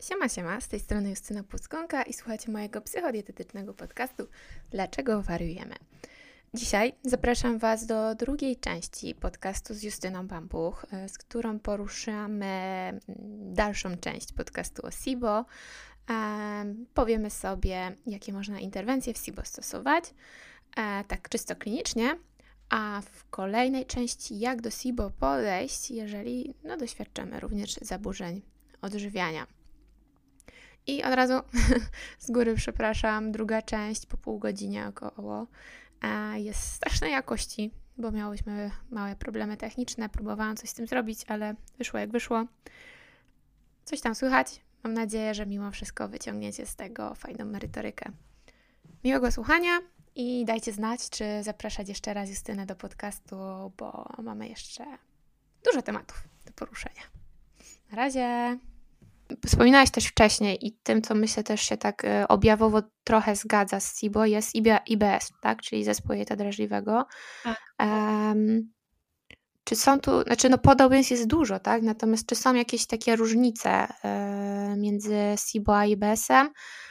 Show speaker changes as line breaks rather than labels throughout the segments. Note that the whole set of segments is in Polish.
Siema, siema, z tej strony Justyna Płockonka i słuchajcie mojego psychodietetycznego podcastu Dlaczego wariujemy? Dzisiaj zapraszam Was do drugiej części podcastu z Justyną Pampuch, z którą poruszamy dalszą część podcastu o SIBO. Powiemy sobie, jakie można interwencje w SIBO stosować, tak czysto klinicznie, a w kolejnej części jak do SIBO podejść, jeżeli doświadczamy również zaburzeń odżywiania. I od razu z góry przepraszam, druga część po pół godzinie około jest strasznej jakości, bo miałyśmy małe problemy techniczne, próbowałam coś z tym zrobić, ale wyszło jak wyszło. Coś tam słychać. Mam nadzieję, że mimo wszystko wyciągniecie z tego fajną merytorykę. Miłego słuchania i dajcie znać, czy zapraszać jeszcze raz Justynę do podcastu, bo mamy jeszcze dużo tematów do poruszenia. Na razie! Wspominałaś też wcześniej i tym, co myślę też się tak objawowo trochę zgadza z SIBO, jest IBS, tak? Czyli zespół jelita drażliwego.
Tak.
Czy są tu, podobieństw jest dużo, tak? Natomiast czy są jakieś takie różnice między SIBO a IBS-em?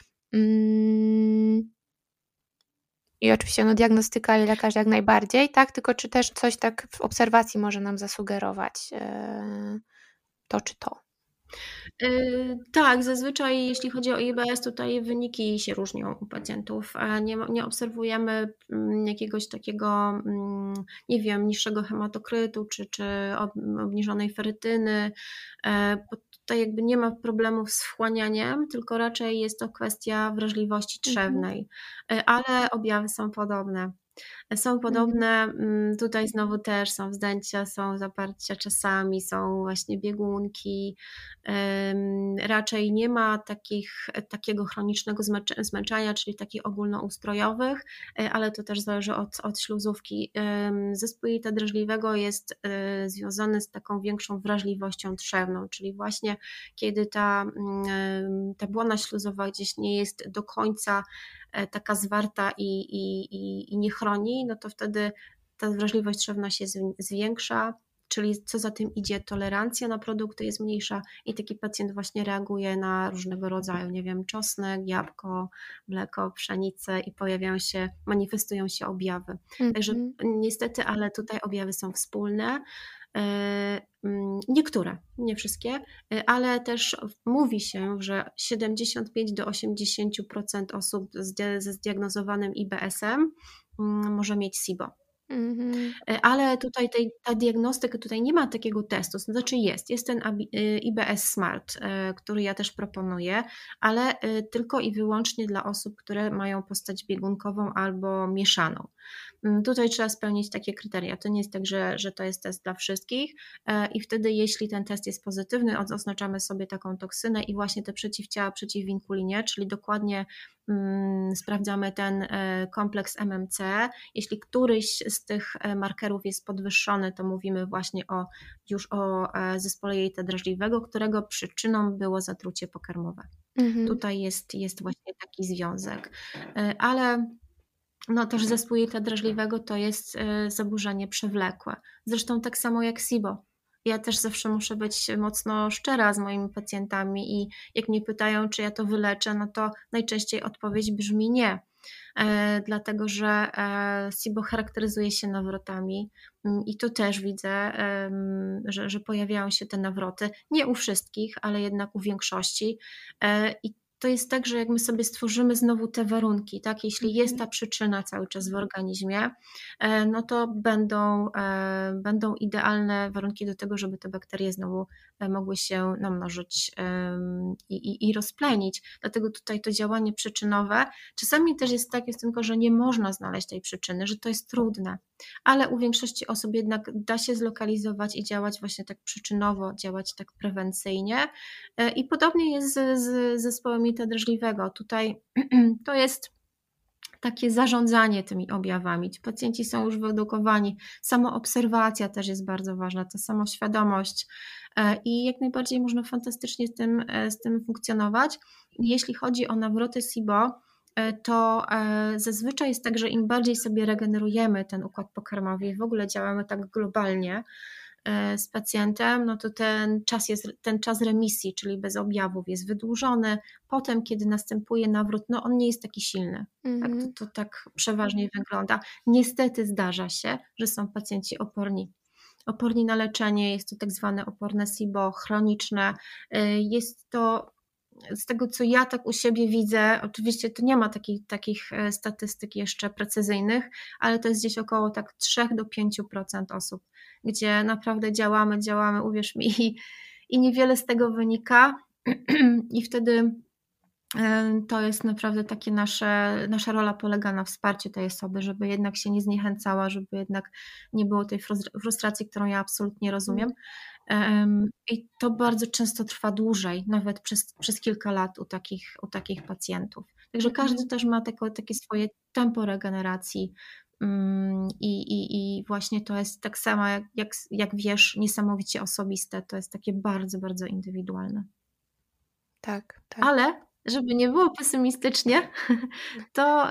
I oczywiście diagnostyka i lekarz jak najbardziej, tak? Tylko czy też coś tak w obserwacji może nam zasugerować to czy to?
Tak, zazwyczaj jeśli chodzi o IBS, tutaj wyniki się różnią u pacjentów. Nie obserwujemy jakiegoś takiego, nie wiem, niższego hematokrytu czy obniżonej ferytyny. Tutaj jakby nie ma problemów z wchłanianiem, tylko raczej jest to kwestia wrażliwości trzewnej, ale objawy są podobne. Tutaj znowu też są wzdęcia, są zaparcia czasami, są właśnie biegunki. Raczej nie ma takiego chronicznego zmęczenia, czyli takich ogólnoustrojowych, ale to też zależy od śluzówki. Zespół jelita drażliwego jest związany z taką większą wrażliwością trzewną, czyli właśnie kiedy ta błona śluzowa gdzieś nie jest do końca taka zwarta i nie chroni, no to wtedy ta wrażliwość trzewna się zwiększa, czyli co za tym idzie, tolerancja na produkty jest mniejsza i taki pacjent właśnie reaguje na różnego rodzaju, nie wiem, czosnek, jabłko, mleko, pszenicę i manifestują się objawy. Także niestety, ale tutaj objawy są wspólne. Niektóre, nie wszystkie, ale też mówi się, że 75 do 80% osób ze zdiagnozowanym IBS-em może mieć SIBO. Ale tutaj ta diagnostyka, tutaj nie ma takiego testu, to znaczy jest ten IBS Smart, który ja też proponuję, ale tylko i wyłącznie dla osób, które mają postać biegunkową albo mieszaną. Tutaj trzeba spełnić takie kryteria. To nie jest tak, że to jest test dla wszystkich i wtedy jeśli ten test jest pozytywny, oznaczamy sobie taką toksynę i właśnie te przeciwciała przeciw winkulinie, czyli dokładnie sprawdzamy ten kompleks MMC. Jeśli któryś z tych markerów jest podwyższony, to mówimy właśnie już o zespole jelita drażliwego, którego przyczyną było zatrucie pokarmowe. Tutaj jest właśnie taki związek. Ale też zespół jelita drażliwego to jest zaburzenie przewlekłe. Zresztą tak samo jak SIBO. Ja też zawsze muszę być mocno szczera z moimi pacjentami i jak mnie pytają, czy ja to wyleczę, no to najczęściej odpowiedź brzmi nie. Dlatego, że SIBO charakteryzuje się nawrotami i tu też widzę, że pojawiają się te nawroty. Nie u wszystkich, ale jednak u większości. I to jest tak, że jak my sobie stworzymy znowu te warunki, tak, jeśli jest ta przyczyna cały czas w organizmie, no to będą idealne warunki do tego, żeby te bakterie znowu mogły się namnożyć i rozplenić. Dlatego tutaj to działanie przyczynowe, czasami też jest tak, tylko, że nie można znaleźć tej przyczyny, że to jest trudne, ale u większości osób jednak da się zlokalizować i działać właśnie tak przyczynowo, działać tak prewencyjnie i podobnie jest z zespołem jelita drażliwego. Tutaj to jest takie zarządzanie tymi objawami. Ci pacjenci są już wyedukowani. Samoobserwacja też jest bardzo ważna, ta samoświadomość i jak najbardziej można fantastycznie z tym funkcjonować. Jeśli chodzi o nawroty SIBO, to zazwyczaj jest tak, że im bardziej sobie regenerujemy ten układ pokarmowy i w ogóle działamy tak globalnie, z pacjentem, no to ten czas remisji, czyli bez objawów, jest wydłużony. Potem, kiedy następuje nawrót, no on nie jest taki silny. Tak, to tak przeważnie wygląda. Niestety zdarza się, że są pacjenci oporni na leczenie, jest to tak zwane oporne SIBO chroniczne. Jest to, z tego co ja tak u siebie widzę, oczywiście to nie ma takich statystyk jeszcze precyzyjnych, ale to jest gdzieś około tak 3-5% osób, gdzie naprawdę działamy, uwierz mi, i niewiele z tego wynika i wtedy to jest naprawdę takie nasza rola polega na wsparciu tej osoby, żeby jednak się nie zniechęcała, żeby jednak nie było tej frustracji, którą ja absolutnie rozumiem. I to bardzo często trwa dłużej, nawet przez kilka lat u takich pacjentów. Także każdy też ma takie swoje tempo regeneracji i właśnie to jest tak samo, jak wiesz, niesamowicie osobiste, to jest takie bardzo, bardzo indywidualne.
Tak.
Ale żeby nie było pesymistycznie, to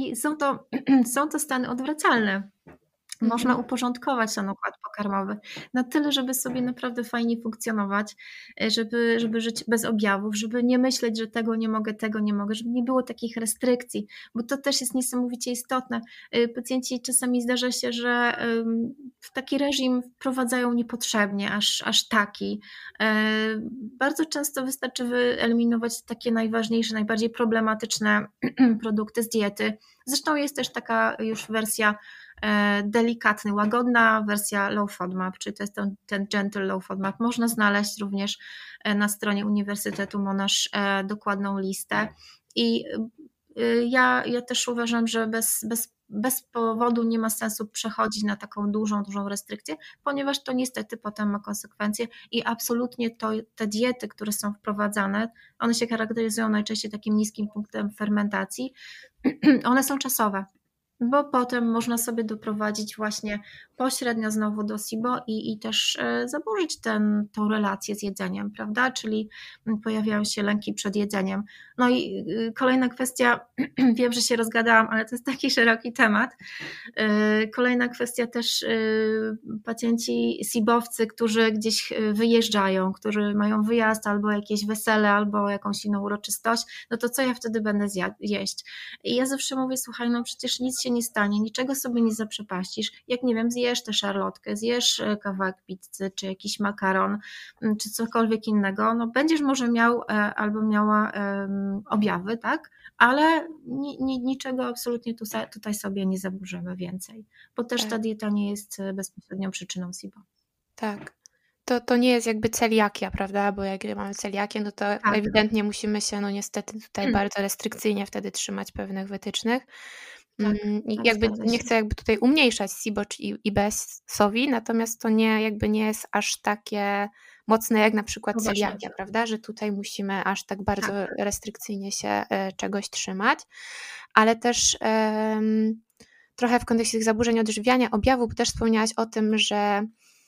są to stany odwracalne. Można uporządkować ten układ pokarmowy na tyle, żeby sobie naprawdę fajnie funkcjonować, żeby żyć bez objawów, żeby nie myśleć, że tego nie mogę, żeby nie było takich restrykcji, bo to też jest niesamowicie istotne. Pacjenci czasami zdarza się, że w taki reżim wprowadzają niepotrzebnie, aż taki. Bardzo często wystarczy wyeliminować takie najważniejsze, najbardziej problematyczne produkty z diety. Zresztą jest też taka już wersja delikatny, łagodna wersja low FODMAP, czyli to jest ten gentle low FODMAP. Można znaleźć również na stronie Uniwersytetu Monash dokładną listę i ja też uważam, że bez powodu nie ma sensu przechodzić na taką dużą restrykcję, ponieważ to niestety potem ma konsekwencje i absolutnie te diety, które są wprowadzane, one się charakteryzują najczęściej takim niskim punktem fermentacji, one są czasowe, bo potem można sobie doprowadzić właśnie pośrednio znowu do SIBO i też zaburzyć tą relację z jedzeniem, prawda? Czyli pojawiają się lęki przed jedzeniem. No i kolejna kwestia, wiem, że się rozgadałam, ale to jest taki szeroki temat. Kolejna kwestia też pacjenci SIBowcy, którzy gdzieś wyjeżdżają, którzy mają wyjazd albo jakieś wesele, albo jakąś inną uroczystość, no to co ja wtedy będę jeść? I ja zawsze mówię, słuchaj, no przecież nic się nie stanie, niczego sobie nie zaprzepaścisz. Jak nie wiem, zjesz tę szarlotkę, zjesz kawałek pizzy, czy jakiś makaron, czy cokolwiek innego, no będziesz może miał albo miała objawy, tak? Ale niczego absolutnie tutaj sobie nie zaburzymy więcej, bo też ta dieta nie jest bezpośrednią przyczyną SIBO.
Tak. To nie jest jakby celiakia, prawda? Bo jak mamy celiakię, no to ewidentnie musimy się niestety tutaj bardzo restrykcyjnie wtedy trzymać pewnych wytycznych. I jakby nie chcę jakby tutaj umniejszać SIBO czy IBS-owi, natomiast to nie jest aż takie mocne jak na przykład celiakia, prawda? Że tutaj musimy aż tak bardzo restrykcyjnie się czegoś trzymać, ale też trochę w kontekście tych zaburzeń odżywiania, objawów, bo też wspomniałaś o tym, że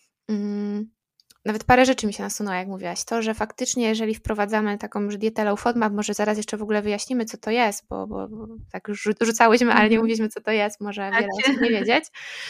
nawet parę rzeczy mi się nasunęło, jak mówiłaś. To, że faktycznie jeżeli wprowadzamy taką już dietę low FODMAP, może zaraz jeszcze w ogóle wyjaśnimy, co to jest, bo tak już rzucałyśmy, ale nie mówiliśmy, co to jest, może wiele osób nie wiedzieć.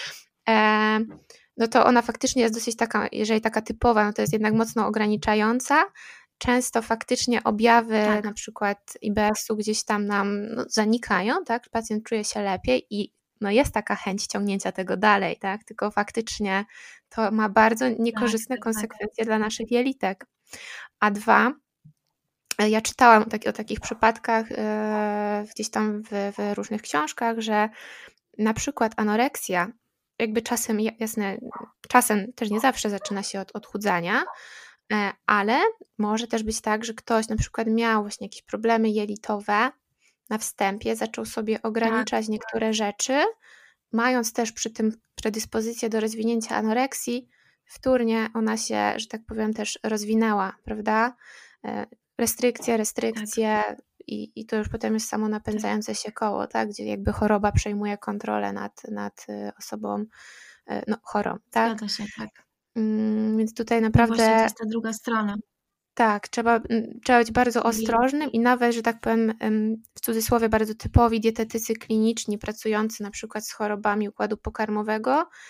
No to ona faktycznie jest dosyć taka, jeżeli taka typowa, no to jest jednak mocno ograniczająca. Często faktycznie objawy na przykład IBS-u gdzieś tam nam zanikają, tak? Pacjent czuje się lepiej i jest taka chęć ciągnięcia tego dalej, tak? Tylko faktycznie to ma bardzo niekorzystne konsekwencje dla naszych jelitek. A dwa, ja czytałam o takich przypadkach gdzieś tam w różnych książkach, że na przykład anoreksja, jakby czasem też nie zawsze zaczyna się od odchudzania, ale może też być tak, że ktoś na przykład miał właśnie jakieś problemy jelitowe na wstępie, zaczął sobie ograniczać niektóre rzeczy, mając też przy tym predyspozycję do rozwinięcia anoreksji, wtórnie ona się, że tak powiem, też rozwinęła, prawda? Restrykcje i to już potem jest samo napędzające się koło, tak? Gdzie jakby choroba przejmuje kontrolę nad osobą chorą, tak?
Zgadza się, tak.
Więc tutaj naprawdę...
Właśnie to jest ta druga strona.
Tak, trzeba być bardzo ostrożnym i nawet, że tak powiem, w cudzysłowie bardzo typowi dietetycy kliniczni pracujący na przykład z chorobami układu pokarmowego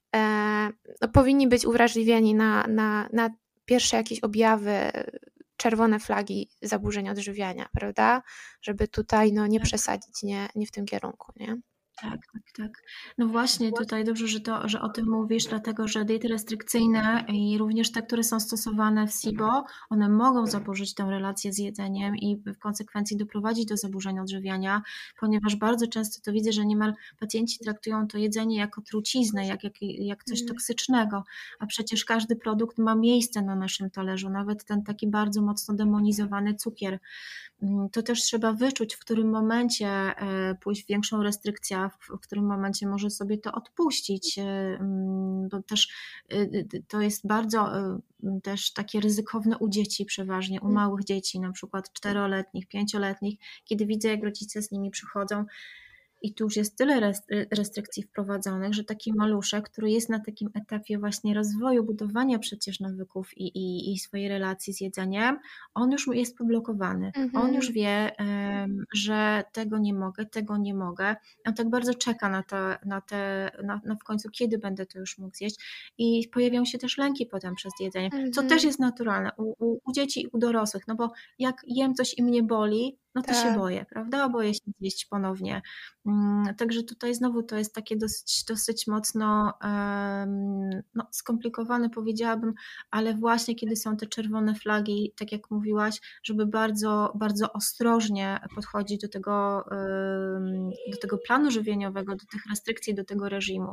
no, powinni być uwrażliwieni na pierwsze jakieś objawy, czerwone flagi zaburzeń odżywiania, prawda? Żeby tutaj no, nie przesadzić, nie w tym kierunku, nie?
Tak. No właśnie tutaj dobrze, że o tym mówisz, dlatego że diety restrykcyjne i również te, które są stosowane w SIBO, one mogą zaburzyć tę relację z jedzeniem i w konsekwencji doprowadzić do zaburzeń odżywiania, ponieważ bardzo często to widzę, że niemal pacjenci traktują to jedzenie jako truciznę, jak coś toksycznego, a przecież każdy produkt ma miejsce na naszym talerzu, nawet ten taki bardzo mocno demonizowany cukier. To też trzeba wyczuć, w którym momencie pójść w większą restrykcję, w którym momencie może sobie to odpuścić, bo też to jest bardzo też takie ryzykowne u dzieci przeważnie, u małych dzieci, na przykład 4-letnich, 5-letnich, kiedy widzę, jak rodzice z nimi przychodzą i tu już jest tyle restrykcji wprowadzonych, że taki maluszek, który jest na takim etapie właśnie rozwoju, budowania przecież nawyków i swojej relacji z jedzeniem, on już jest poblokowany. On już wie, że tego nie mogę. On tak bardzo czeka na w końcu, kiedy będę to już mógł zjeść i pojawiają się też lęki potem przez jedzenie, co też jest naturalne u dzieci i u dorosłych, no bo jak jem coś i mnie boli, no to się boję, prawda? Boję się zjeść ponownie. Także tutaj znowu to jest takie dosyć mocno skomplikowane, powiedziałabym, ale właśnie kiedy są te czerwone flagi, tak jak mówiłaś, żeby bardzo, bardzo ostrożnie podchodzić do tego planu żywieniowego, do tych restrykcji, do tego reżimu.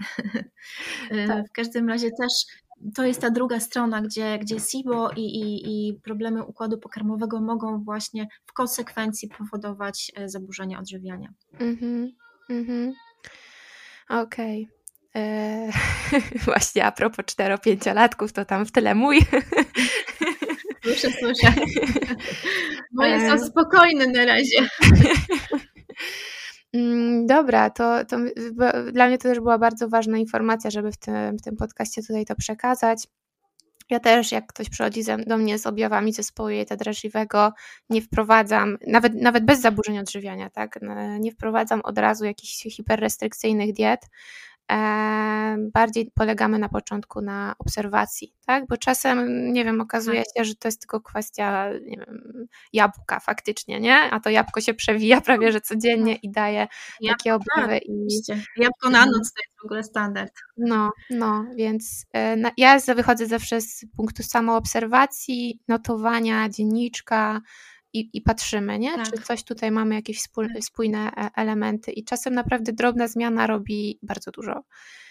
W każdym razie też to jest ta druga strona, gdzie SIBO i problemy układu pokarmowego mogą właśnie w konsekwencji powodować zaburzenia odżywiania.
Okej. Właśnie a propos 4-5-latków, to tam w tyle mój.
Słyszę. Moje są spokojne na razie.
Dobra, to dla mnie to też była bardzo ważna informacja, żeby w tym podcaście tutaj to przekazać. Ja też, jak ktoś przychodzi do mnie z objawami zespołu jelita drażliwego, nie wprowadzam, nawet bez zaburzeń odżywiania, tak, nie wprowadzam od razu jakichś hiperrestrykcyjnych diet. Bardziej polegamy na początku na obserwacji, tak? Bo czasem, nie wiem, okazuje się, że to jest tylko kwestia, nie wiem, jabłka faktycznie, nie? A to jabłko się przewija prawie że codziennie i daje takie objawy.
Jabłko na noc to jest w ogóle standard.
No, więc ja wychodzę zawsze z punktu samoobserwacji, notowania, dzienniczka, i patrzymy, nie?
Tak.
Czy coś tutaj mamy jakieś spójne elementy i czasem naprawdę drobna zmiana robi bardzo dużo.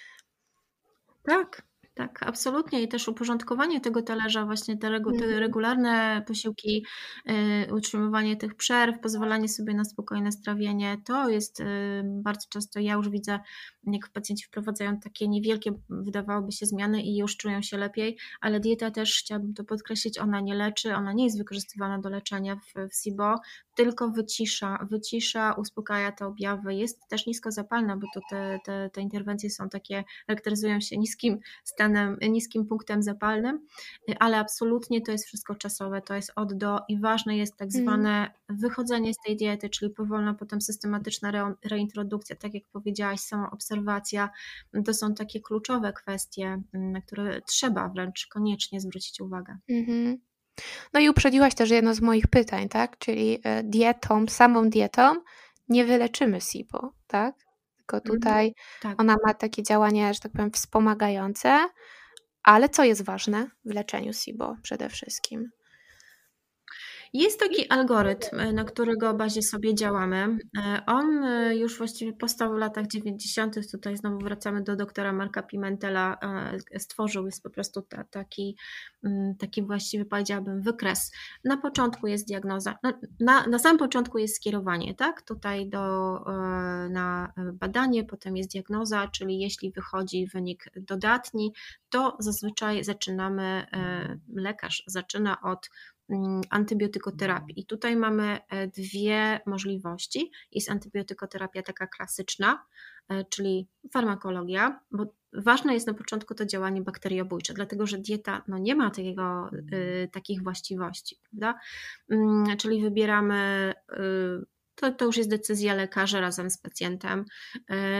Tak, absolutnie i też uporządkowanie tego talerza, właśnie te regularne posiłki, utrzymywanie tych przerw, pozwalanie sobie na spokojne strawienie, to jest bardzo często, ja już widzę, jak pacjenci wprowadzają takie niewielkie, wydawałoby się, zmiany i już czują się lepiej, ale dieta też, chciałabym to podkreślić, ona nie leczy, ona nie jest wykorzystywana do leczenia w SIBO, tylko wycisza, uspokaja te objawy, jest też niskozapalna, bo to te interwencje są takie, charakteryzują się niskim punktem zapalnym, ale absolutnie to jest wszystko czasowe, to jest od do i ważne jest tak zwane wychodzenie z tej diety, czyli powolna, potem systematyczna reintrodukcja, tak jak powiedziałaś, samoobserwacja, to są takie kluczowe kwestie, na które trzeba wręcz koniecznie zwrócić uwagę.
No i uprzedziłaś też jedno z moich pytań, tak? Czyli samą dietą nie wyleczymy SIBO, tak? Tylko tutaj ona ma takie działanie, że tak powiem, wspomagające, ale co jest ważne w leczeniu SIBO przede wszystkim?
Jest taki algorytm, na którego bazie sobie działamy. On już właściwie powstał w latach 90. Tutaj znowu wracamy do doktora Marka Pimentela. Stworzył, jest po prostu taki właściwie, powiedziałabym, wykres. Na początku jest diagnoza, na samym początku jest skierowanie, tak? Tutaj na badanie, potem jest diagnoza, czyli jeśli wychodzi wynik dodatni, to zazwyczaj lekarz zaczyna od antybiotykoterapii. I tutaj mamy dwie możliwości. Jest antybiotykoterapia taka klasyczna, czyli farmakologia, bo ważne jest na początku to działanie bakteriobójcze, dlatego że dieta nie ma takich właściwości, prawda? Czyli wybieramy, to już jest decyzja lekarza razem z pacjentem.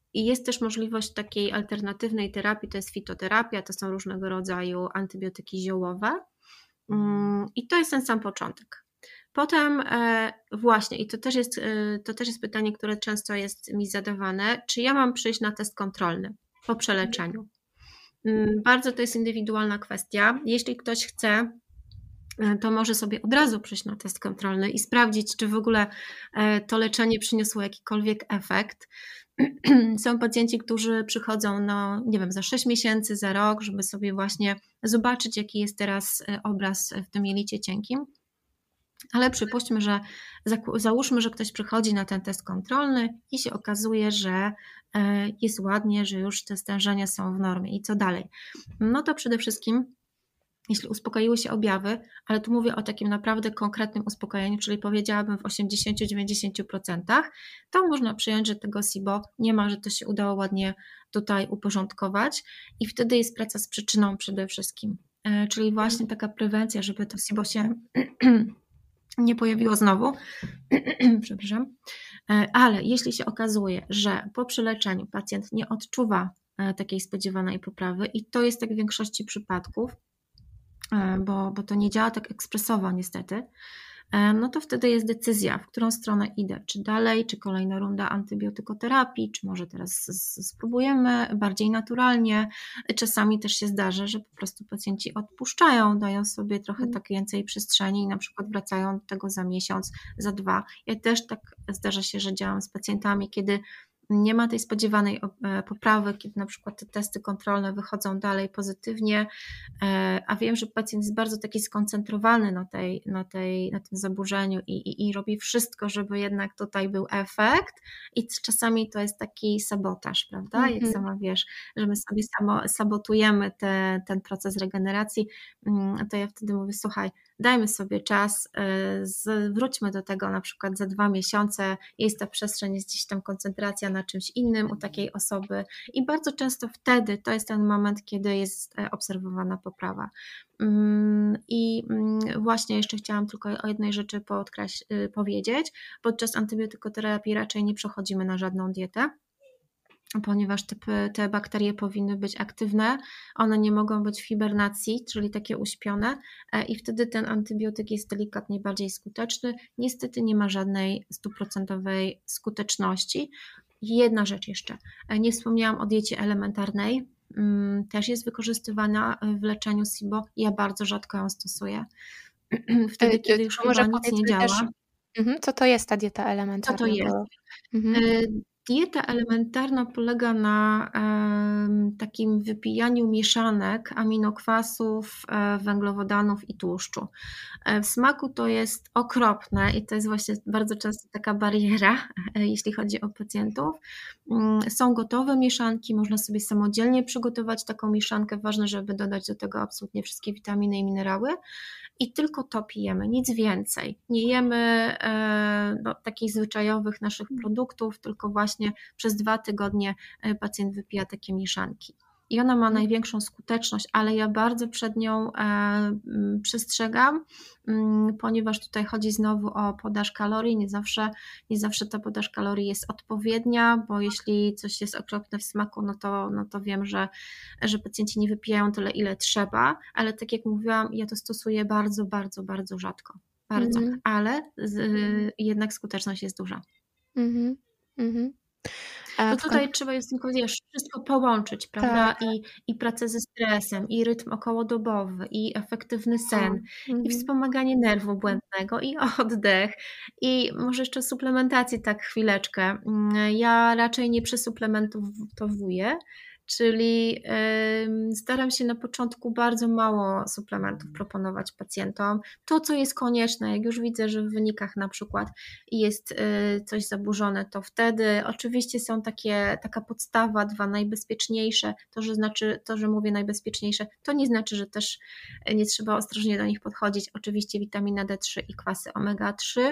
I jest też możliwość takiej alternatywnej terapii, to jest fitoterapia, to są różnego rodzaju antybiotyki ziołowe i to jest ten sam początek. Potem właśnie, i to też jest pytanie, które często jest mi zadawane, czy ja mam przyjść na test kontrolny po przeleczeniu? Bardzo to jest indywidualna kwestia. Jeśli ktoś chce, to może sobie od razu przyjść na test kontrolny i sprawdzić, czy w ogóle to leczenie przyniosło jakikolwiek efekt. Są pacjenci, którzy przychodzą, nie wiem, za 6 miesięcy, za rok, żeby sobie właśnie zobaczyć, jaki jest teraz obraz w tym jelicie cienkim. Ale przypuśćmy, że załóżmy, że ktoś przychodzi na ten test kontrolny i się okazuje, że jest ładnie, że już te stężenia są w normie. I co dalej? No to przede wszystkim, jeśli uspokoiły się objawy, ale tu mówię o takim naprawdę konkretnym uspokojeniu, czyli powiedziałabym w 80-90%, to można przyjąć, że tego SIBO nie ma, że to się udało ładnie tutaj uporządkować i wtedy jest praca z przyczyną przede wszystkim. Czyli właśnie taka prewencja, żeby to SIBO się nie pojawiło znowu, przepraszam, ale jeśli się okazuje, że po przeleczeniu pacjent nie odczuwa takiej spodziewanej poprawy i to jest tak w większości przypadków, bo to nie działa tak ekspresowo niestety, no to wtedy jest decyzja, w którą stronę idę, czy dalej, czy kolejna runda antybiotykoterapii, czy może teraz spróbujemy bardziej naturalnie. Czasami też się zdarza, że po prostu pacjenci odpuszczają, dają sobie trochę tak więcej przestrzeni i na przykład wracają do tego za miesiąc, za 2. Ja też tak zdarza się, że działam z pacjentami, kiedy nie ma tej spodziewanej poprawy, kiedy na przykład te testy kontrolne wychodzą dalej pozytywnie, a wiem, że pacjent jest bardzo taki skoncentrowany na tym zaburzeniu i robi wszystko, żeby jednak tutaj był efekt i czasami to jest taki sabotaż, prawda? Jak sama wiesz, że my sobie sabotujemy ten proces regeneracji, to ja wtedy mówię, słuchaj, dajmy sobie czas, wróćmy do tego na przykład za 2 miesiące, jest ta przestrzeń, jest gdzieś tam koncentracja na czymś innym u takiej osoby i bardzo często wtedy to jest ten moment, kiedy jest obserwowana poprawa. I właśnie jeszcze chciałam tylko o jednej rzeczy powiedzieć. Podczas antybiotykoterapii raczej nie przechodzimy na żadną dietę, ponieważ te bakterie powinny być aktywne, one nie mogą być w hibernacji, czyli takie uśpione i wtedy ten antybiotyk jest delikatnie bardziej skuteczny. Niestety nie ma żadnej 100% skuteczności. Jedna rzecz jeszcze, nie wspomniałam o diecie elementarnej, też jest wykorzystywana w leczeniu SIBO, ja bardzo rzadko ją stosuję, wtedy kiedy już chyba nic nie działa.
Co to jest ta dieta elementarna?
Co to jest? Dieta elementarna polega na takim wypijaniu mieszanek aminokwasów, węglowodanów i tłuszczu. W smaku to jest okropne i to jest właśnie bardzo często taka bariera, jeśli chodzi o pacjentów. Są gotowe mieszanki, można sobie samodzielnie przygotować taką mieszankę. Ważne, żeby dodać do tego absolutnie wszystkie witaminy i minerały. I tylko to pijemy, nic więcej. Nie jemy takich zwyczajowych naszych produktów, tylko właśnie przez 2 tygodnie pacjent wypija takie mieszanki. I ona ma największą skuteczność, ale ja bardzo przed nią przestrzegam, ponieważ tutaj chodzi znowu o podaż kalorii. Nie zawsze ta podaż kalorii jest odpowiednia, bo jeśli coś jest okropne w smaku, no to wiem, że pacjenci nie wypijają tyle, ile trzeba, ale tak jak mówiłam, ja to stosuję bardzo, bardzo, bardzo rzadko. Bardzo, ale jednak skuteczność jest duża. No tutaj trzeba jest tylko, wszystko połączyć, prawda? Tak. I pracę ze stresem, i rytm okołodobowy, i efektywny sen, i wspomaganie nerwu błędnego, i oddech, i może jeszcze suplementację, tak chwileczkę. Ja raczej nie przesuplementowuję, czyli staram się na początku bardzo mało suplementów proponować pacjentom. To, co jest konieczne, jak już widzę, że w wynikach na przykład jest coś zaburzone, to wtedy oczywiście są taka podstawa, 2 najbezpieczniejsze. To, że mówię najbezpieczniejsze, to nie znaczy, że też nie trzeba ostrożnie do nich podchodzić. Oczywiście witamina D3 i kwasy omega-3,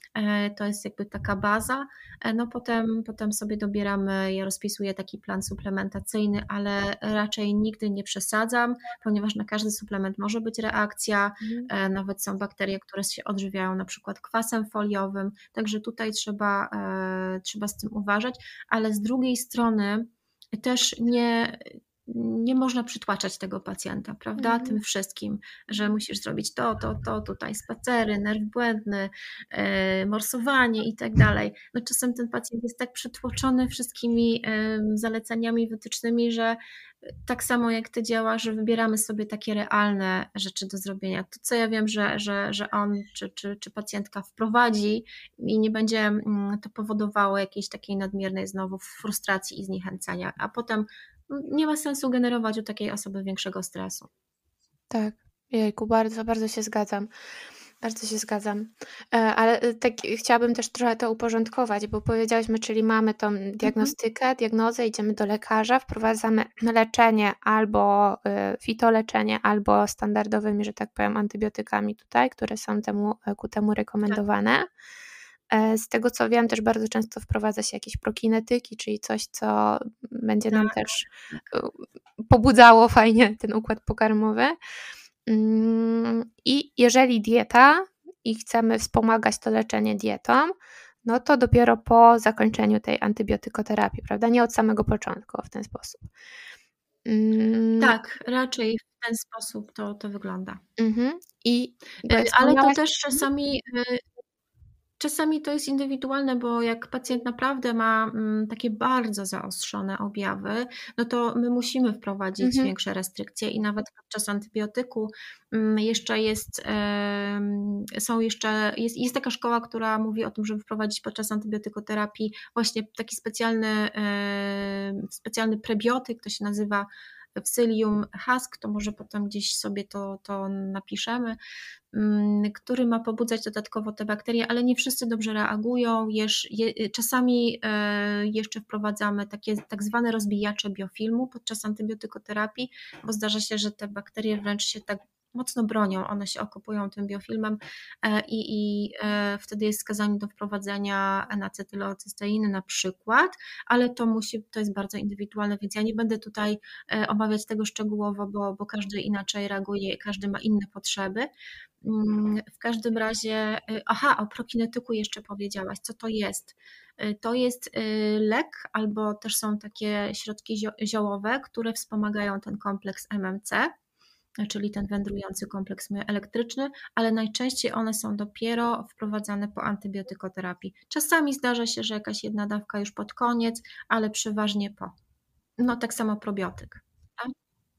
To jest jakby taka baza. No potem sobie dobieramy, ja rozpisuję taki plan suplementacyjny, ale raczej nigdy nie przesadzam, ponieważ na każdy suplement może być reakcja, nawet są bakterie, które się odżywiają na przykład kwasem foliowym, także tutaj trzeba z tym uważać, ale z drugiej strony też nie można przytłaczać tego pacjenta, prawda, tym wszystkim, że musisz zrobić to, tutaj spacery, nerw błędny, morsowanie i tak dalej. No czasem ten pacjent jest tak przytłoczony wszystkimi zaleceniami, wytycznymi, że tak samo jak ty działasz, że wybieramy sobie takie realne rzeczy do zrobienia. To, co ja wiem, że on czy pacjentka wprowadzi i nie będzie to powodowało jakiejś takiej nadmiernej znowu frustracji i zniechęcenia, a potem nie ma sensu generować u takiej osoby większego stresu.
Tak, jejku, bardzo, bardzo się zgadzam. Bardzo się zgadzam. Ale tak chciałabym też trochę to uporządkować, bo powiedziałyśmy, czyli mamy tą diagnostykę, diagnozę, idziemy do lekarza, wprowadzamy leczenie albo fitoleczenie, albo standardowymi, że tak powiem, antybiotykami tutaj, które są ku temu rekomendowane. Z tego co wiem, też bardzo często wprowadza się jakieś prokinetyki, czyli coś, co będzie nam też pobudzało fajnie ten układ pokarmowy. I jeżeli dieta i chcemy wspomagać to leczenie dietą, no to dopiero po zakończeniu tej antybiotykoterapii, prawda? Nie od samego początku, w ten sposób.
Tak, raczej w ten sposób to wygląda.
Ale
to też czasami to jest indywidualne, bo jak pacjent naprawdę ma takie bardzo zaostrzone objawy, no to my musimy wprowadzić większe restrykcje i nawet podczas antybiotyku jeszcze jest taka szkoła, która mówi o tym, żeby wprowadzić podczas antybiotykoterapii właśnie taki specjalny prebiotyk, to się nazywa Psyllium husk, to może potem gdzieś sobie to napiszemy, który ma pobudzać dodatkowo te bakterie, ale nie wszyscy dobrze reagują. Czasami jeszcze wprowadzamy takie tak zwane rozbijacze biofilmu podczas antybiotykoterapii, bo zdarza się, że te bakterie wręcz się tak mocno bronią, one się okopują tym biofilmem i wtedy jest skazanie do wprowadzenia N-acetylocysteiny na przykład, ale to jest bardzo indywidualne, więc ja nie będę tutaj omawiać tego szczegółowo, bo każdy inaczej reaguje, każdy ma inne potrzeby. W każdym razie, o prokinetyku jeszcze powiedziałaś, co to jest? To jest lek, albo też są takie środki ziołowe, które wspomagają ten kompleks MMC, czyli ten wędrujący kompleks elektryczny, ale najczęściej one są dopiero wprowadzane po antybiotykoterapii. Czasami zdarza się, że jakaś jedna dawka już pod koniec, ale przeważnie po. No tak samo probiotyk. Tak?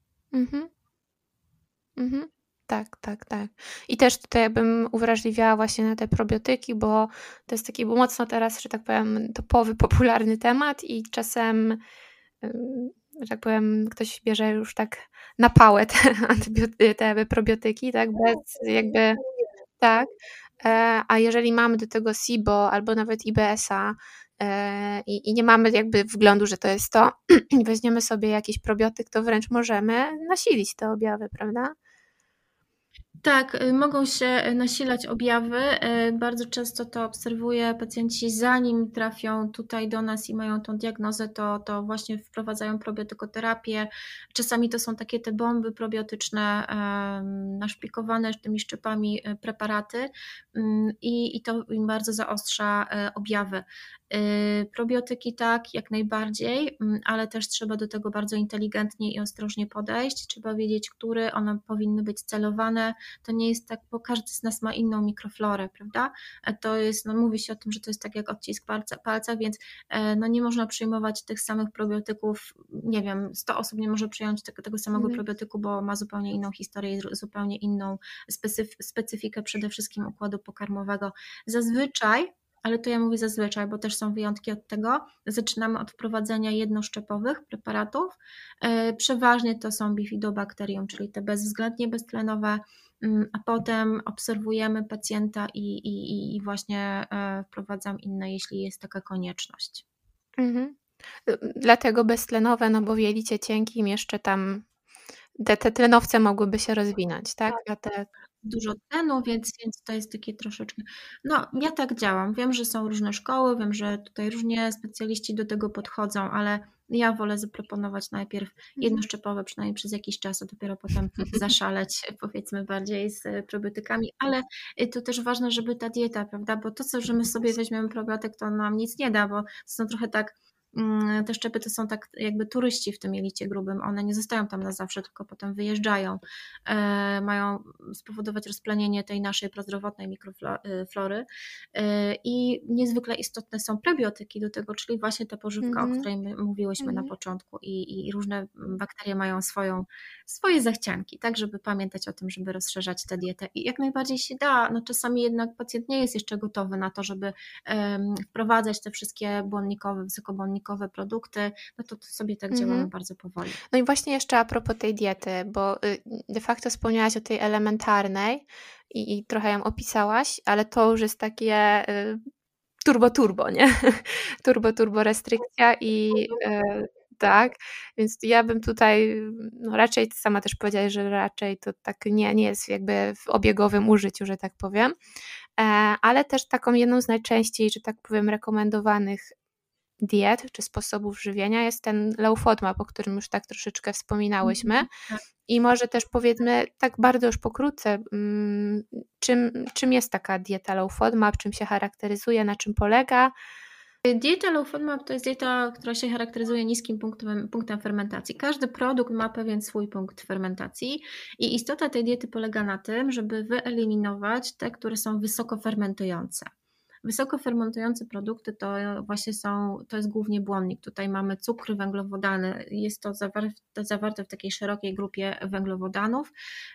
Tak. I też tutaj bym uwrażliwiała właśnie na te probiotyki, bo to jest taki mocno teraz, że tak powiem, topowy, popularny temat i czasem, że tak powiem, ktoś bierze już tak na pałę te probiotyki, tak, bez jakby, tak, a jeżeli mamy do tego SIBO albo nawet IBS-a i nie mamy jakby wglądu, że to jest to i weźmiemy sobie jakiś probiotyk, to wręcz możemy nasilić te objawy, prawda?
Tak, mogą się nasilać objawy. Bardzo często to obserwuję. Pacjenci, zanim trafią tutaj do nas i mają tą diagnozę, to właśnie wprowadzają probiotykoterapię. Czasami to są takie te bomby probiotyczne, naszpikowane tymi szczypami preparaty i to im bardzo zaostrza objawy. Probiotyki tak, jak najbardziej, ale też trzeba do tego bardzo inteligentnie i ostrożnie podejść. Trzeba wiedzieć, które one powinny być celowane. To nie jest tak, bo każdy z nas ma inną mikroflorę, prawda? To jest, mówi się o tym, że to jest tak jak odcisk palca, więc nie można przyjmować tych samych probiotyków, nie wiem, 100 osób nie może przyjąć tego samego probiotyku, bo ma zupełnie inną historię, zupełnie inną specyfikę przede wszystkim układu pokarmowego. Zazwyczaj, ale to ja mówię zazwyczaj, bo też są wyjątki od tego, zaczynamy od wprowadzenia jednoszczepowych preparatów. Przeważnie to są bifidobakterium, czyli te bezwzględnie beztlenowe, a potem obserwujemy pacjenta i właśnie wprowadzam inne, jeśli jest taka konieczność.
Dlatego beztlenowe, no bo w jelicie cienkim jeszcze tam te tlenowce mogłyby się rozwinąć, tak?
dużo tlenu, więc to jest takie troszeczkę. No, ja tak działam. Wiem, że są różne szkoły, wiem, że tutaj różnie specjaliści do tego podchodzą, ale ja wolę zaproponować najpierw jednoszczepowe, przynajmniej przez jakiś czas, a dopiero potem zaszaleć, powiedzmy, bardziej z probiotykami, ale to też ważne, żeby ta dieta, prawda, bo to, co, że my sobie weźmiemy probiotyk, to nam nic nie da, bo to są trochę tak, te szczepy to są tak jakby turyści w tym jelicie grubym, one nie zostają tam na zawsze, tylko potem wyjeżdżają, mają spowodować rozplenienie tej naszej prozdrowotnej mikroflory i niezwykle istotne są prebiotyki do tego, czyli właśnie ta pożywka, o której my mówiłyśmy na początku i różne bakterie mają swoje zachcianki, tak, żeby pamiętać o tym, żeby rozszerzać tę dietę i jak najbardziej się da, no czasami jednak pacjent nie jest jeszcze gotowy na to, żeby wprowadzać te wszystkie błonnikowe, wysokobłonnikowe produkty, no to sobie tak działamy bardzo powoli.
No i właśnie jeszcze a propos tej diety, bo de facto wspomniałaś o tej elementarnej i trochę ją opisałaś, ale to już jest takie turbo, nie? Turbo restrykcja i tak, więc ja bym tutaj, no raczej sama też powiedziałaś, że raczej to tak nie jest jakby w obiegowym użyciu, że tak powiem, ale też taką jedną z najczęściej, że tak powiem, rekomendowanych diet czy sposobów żywienia jest ten low FODMAP, o którym już tak troszeczkę wspominałyśmy. I może też powiedzmy tak bardzo już pokrótce, czym jest taka dieta low FODMAP, czym się charakteryzuje, na czym polega?
Dieta low FODMAP to jest dieta, która się charakteryzuje niskim punktem fermentacji. Każdy produkt ma pewien swój punkt fermentacji i istota tej diety polega na tym, żeby wyeliminować te, które są wysoko fermentujące. Wysoko fermentujące produkty to właśnie to jest głównie błonnik. Tutaj mamy cukry, węglowodany. Jest to zawarte w takiej szerokiej grupie węglowodanów.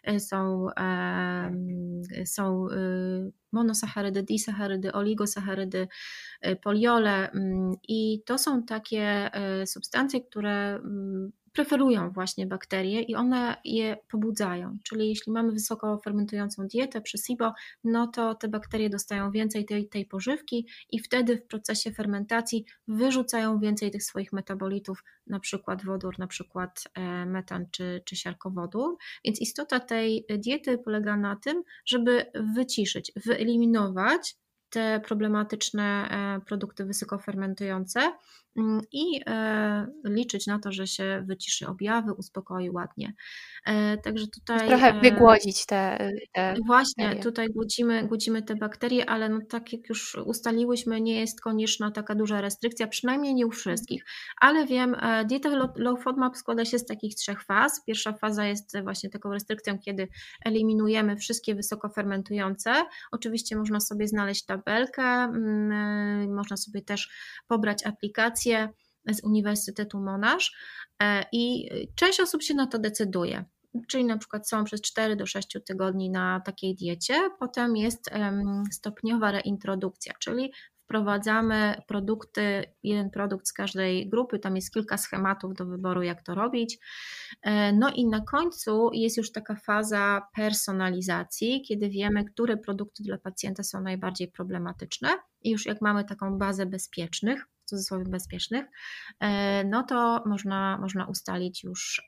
Są monosaccharydy, disaccharydy, oligosacharydy, poliole i to są takie substancje, które preferują właśnie bakterie i one je pobudzają. Czyli jeśli mamy wysoko fermentującą dietę przy SIBO, no to te bakterie dostają więcej tej pożywki i wtedy w procesie fermentacji wyrzucają więcej tych swoich metabolitów, na przykład wodór, na przykład metan czy siarkowodór. Więc istota tej diety polega na tym, żeby wyciszyć, wyeliminować te problematyczne produkty wysoko fermentujące i liczyć na to, że się wyciszy objawy, uspokoi ładnie. Także tutaj
trochę wygłodzić te
właśnie,
bakterie.
tutaj głodzimy te bakterie, ale no tak jak już ustaliłyśmy, nie jest konieczna taka duża restrykcja, przynajmniej nie u wszystkich. Ale wiem, dieta low FODMAP składa się z takich 3 faz. Pierwsza faza jest właśnie taką restrykcją, kiedy eliminujemy wszystkie wysoko fermentujące. Oczywiście można sobie znaleźć tabelkę, można sobie też pobrać aplikację z Uniwersytetu Monash i część osób się na to decyduje. Czyli na przykład są przez 4 do 6 tygodni na takiej diecie, potem jest stopniowa reintrodukcja, czyli wprowadzamy produkty, jeden produkt z każdej grupy, tam jest kilka schematów do wyboru, jak to robić. No i na końcu jest już taka faza personalizacji, kiedy wiemy, które produkty dla pacjenta są najbardziej problematyczne i już jak mamy taką bazę bezpiecznych, w cudzysłowie bezpiecznych, no to można ustalić już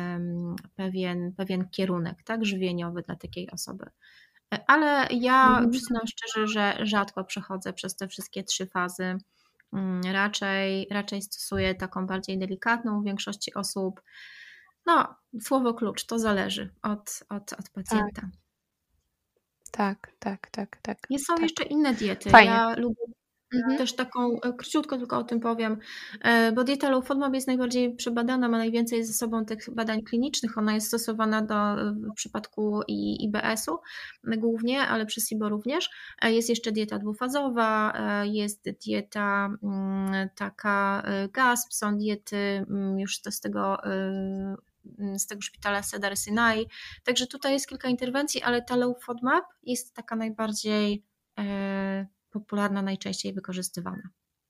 pewien kierunek, tak, żywieniowy dla takiej osoby. Ale ja przyznam szczerze, że rzadko przechodzę przez te wszystkie 3 fazy. Raczej stosuję taką bardziej delikatną u większości osób. No, słowo klucz, to zależy od pacjenta.
Tak.
Są jeszcze inne diety.
Fajnie.
Ja lubię też taką, króciutko tylko o tym powiem, bo dieta low FODMAP jest najbardziej przebadana, ma najwięcej ze sobą tych badań klinicznych, ona jest stosowana w przypadku IBS-u głównie, ale przy SIBO również. Jest jeszcze dieta dwufazowa, jest dieta taka GASP, są diety już z tego szpitala Cedar Sinai, także tutaj jest kilka interwencji, ale ta low FODMAP jest taka najbardziej popularna, najczęściej wykorzystywana.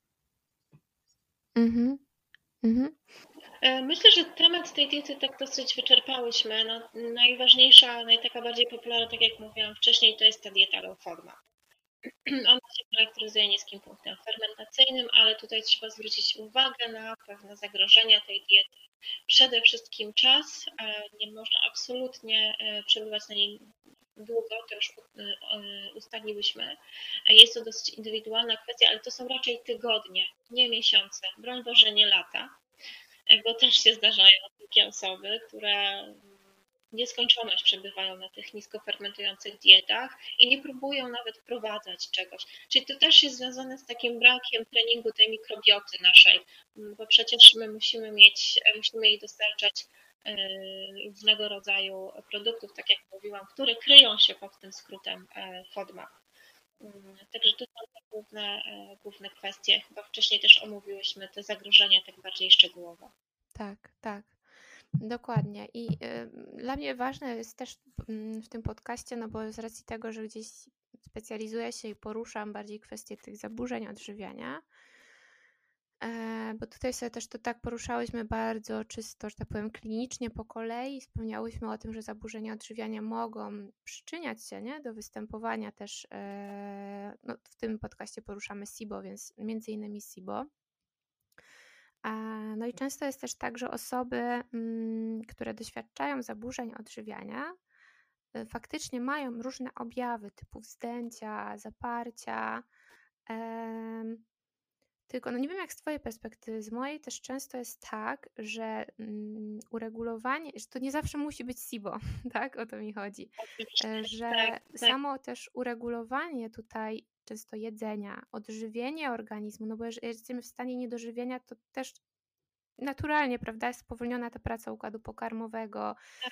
Myślę, że temat tej diety tak dosyć wyczerpałyśmy. No, najważniejsza, taka bardziej popularna, tak jak mówiłam wcześniej, to jest ta dieta low FODMAP. Ona się charakteryzuje niskim punktem fermentacyjnym, ale tutaj trzeba zwrócić uwagę na pewne zagrożenia tej diety. Przede wszystkim czas. Nie można absolutnie przebywać na niej długo, to już ustaliłyśmy. Jest to dosyć indywidualna kwestia, ale to są raczej tygodnie, nie miesiące, broń Boże nie lata, bo też się zdarzają takie osoby, które nieskończoność przebywają na tych nisko fermentujących dietach i nie próbują nawet wprowadzać czegoś. Czyli to też jest związane z takim brakiem treningu tej mikrobioty naszej, bo przecież my musimy jej dostarczać różnego rodzaju produktów, tak jak mówiłam, które kryją się pod tym skrótem FODMAP. Także to są te główne kwestie. Chyba wcześniej też omówiłyśmy te zagrożenia tak bardziej szczegółowo.
Tak, tak. Dokładnie. I dla mnie ważne jest też w tym podcaście, no bo z racji tego, że gdzieś specjalizuję się i poruszam bardziej kwestie tych zaburzeń odżywiania, bo tutaj sobie też to tak poruszałyśmy bardzo czysto, że tak powiem, klinicznie po kolei. Wspomniałyśmy o tym, że zaburzenia odżywiania mogą przyczyniać się, nie, do występowania też, no w tym podcaście poruszamy SIBO, więc między innymi SIBO. No i często jest też tak, że osoby, które doświadczają zaburzeń odżywiania, faktycznie mają różne objawy typu wzdęcia, zaparcia. Tylko no nie wiem jak z Twojej perspektywy, z mojej też często jest tak, że uregulowanie, że to nie zawsze musi być SIBO, tak? O to mi chodzi. Że
Tak.
samo też uregulowanie tutaj często jedzenia, odżywienie organizmu, no bo jeżeli jesteśmy w stanie niedożywienia, to też naturalnie, prawda, jest spowolniona ta praca układu pokarmowego,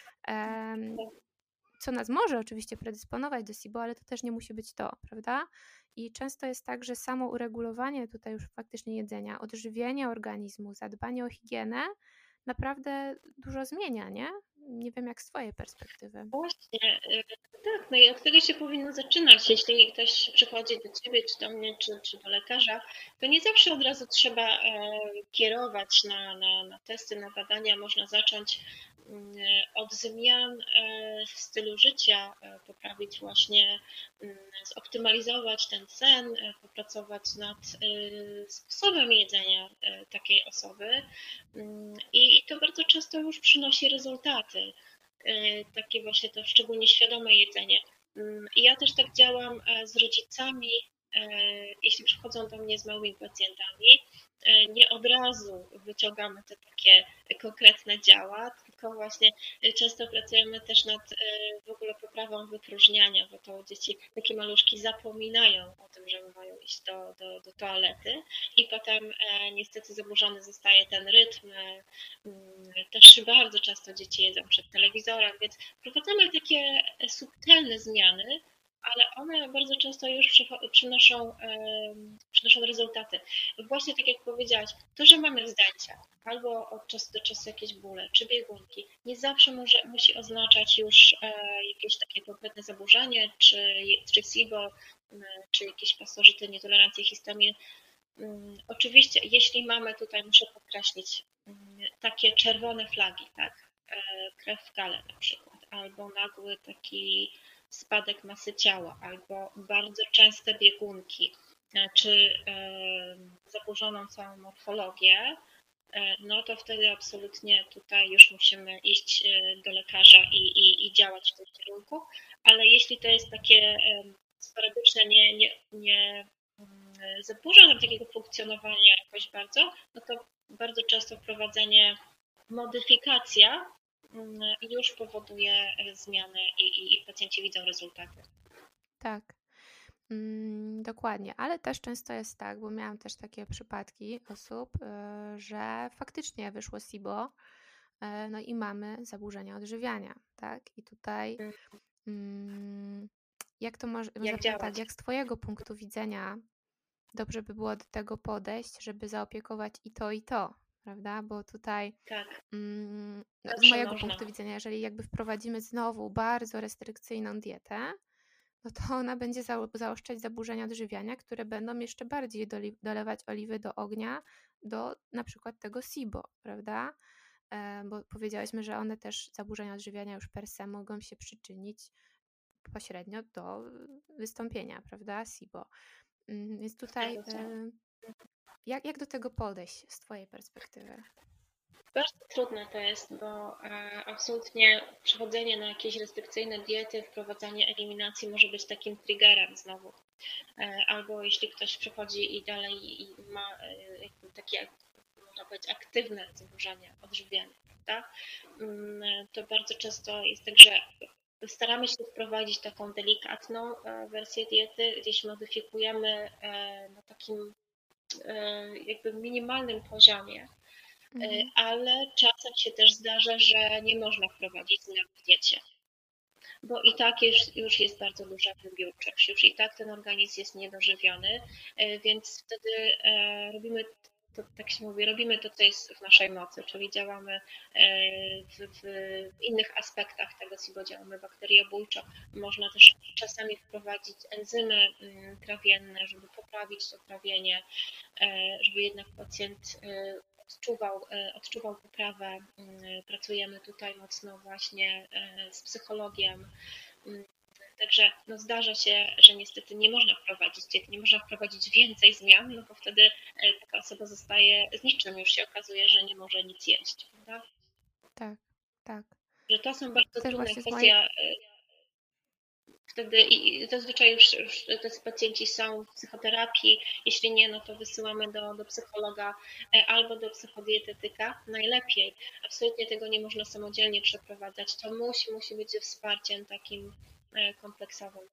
co nas może oczywiście predysponować do SIBO, ale to też nie musi być to, prawda? I często jest tak, że samo uregulowanie tutaj już faktycznie jedzenia, odżywienie organizmu, zadbanie o higienę naprawdę dużo zmienia, nie? Nie wiem jak z Twojej perspektywy.
Właśnie, tak, no i od tego się powinno zaczynać. Jeśli ktoś przychodzi do Ciebie, czy do mnie, czy do lekarza, to nie zawsze od razu trzeba kierować na testy, na badania. Można zacząć od zmian w stylu życia, poprawić właśnie, zoptymalizować ten sen, popracować nad sposobem jedzenia takiej osoby i to bardzo często już przynosi rezultaty. Takie właśnie to szczególnie świadome jedzenie. I ja też tak działam z rodzicami, jeśli przychodzą do mnie z małymi pacjentami, nie od razu wyciągamy te takie konkretne działa, tylko właśnie często pracujemy też nad w ogóle poprawą wypróżniania, bo to dzieci, takie maluszki zapominają o tym, że mają iść do toalety i potem niestety zaburzony zostaje ten rytm. Też bardzo często dzieci jedzą przed telewizorem, więc wprowadzamy takie subtelne zmiany, ale one bardzo często już przynoszą rezultaty. Właśnie tak jak powiedziałaś, to, że mamy wzdęcia albo od czasu do czasu jakieś bóle czy biegunki, nie zawsze musi oznaczać już jakieś takie konkretne zaburzenie, czy SIBO, czy jakieś pasożyty, nietolerancję histamin. Oczywiście, jeśli mamy tutaj, muszę podkreślić, takie czerwone flagi, tak, krew w kale na przykład, albo nagły taki spadek masy ciała, albo bardzo częste biegunki, czy zaburzoną całą morfologię, no to wtedy absolutnie tutaj już musimy iść do lekarza i działać w tym kierunku, ale jeśli to jest takie sporadyczne, nie zaburza nam takiego funkcjonowania jakoś bardzo, no to bardzo często wprowadzenie, modyfikacja już powoduje zmiany i pacjenci widzą rezultaty.
Tak, dokładnie, ale też często jest tak, bo miałam też takie przypadki osób, że faktycznie wyszło SIBO, no i mamy zaburzenia odżywiania, tak? I tutaj jak to może tak, jak z Twojego punktu widzenia dobrze by było do tego podejść, żeby zaopiekować i to, prawda? Bo tutaj
tak.
No, z mojego punktu widzenia, jeżeli jakby wprowadzimy znowu bardzo restrykcyjną dietę, no to ona będzie zaostrzać zaburzenia odżywiania, które będą jeszcze bardziej dolewać oliwy do ognia do na przykład tego SIBO, prawda? Bo powiedziałyśmy, że one też, zaburzenia odżywiania już per se mogą się przyczynić pośrednio do wystąpienia, prawda, SIBO. Więc tutaj jak do tego podejść z Twojej perspektywy?
Bardzo trudne to jest, bo absolutnie przechodzenie na jakieś restrykcyjne diety, wprowadzanie eliminacji może być takim triggerem znowu. Albo jeśli ktoś przychodzi i dalej i ma jakby takie, można powiedzieć, aktywne zaburzenia odżywiania, prawda? To bardzo często jest tak, że staramy się wprowadzić taką delikatną wersję diety, gdzieś modyfikujemy na takim jakby minimalnym poziomie, ale czasem się też zdarza, że nie można wprowadzić zmian w diecie, bo i tak już jest bardzo duża wybiórczość, już i tak ten organizm jest niedożywiony, więc wtedy robimy to, tak się mówi, robimy to, co jest w naszej mocy, czyli działamy w innych aspektach tego SIBO, działamy bakteriobójczo. Można też czasami wprowadzić enzymy trawienne, żeby poprawić to trawienie, żeby jednak pacjent odczuwał poprawę. Pracujemy tutaj mocno właśnie z psychologiem. Także no zdarza się, że niestety nie można wprowadzić diety, nie można wprowadzić więcej zmian, no bo wtedy taka osoba zostaje z niczym, już się okazuje, że nie może nic jeść, prawda?
Tak, tak.
Że to są bardzo
Też
trudne
właśnie
kwestie. Wtedy i zazwyczaj już tacy pacjenci są w psychoterapii, jeśli nie, no to wysyłamy do psychologa albo do psychodietetyka. Najlepiej, absolutnie tego nie można samodzielnie przeprowadzać, to musi być ze wsparciem takim kompleksowym.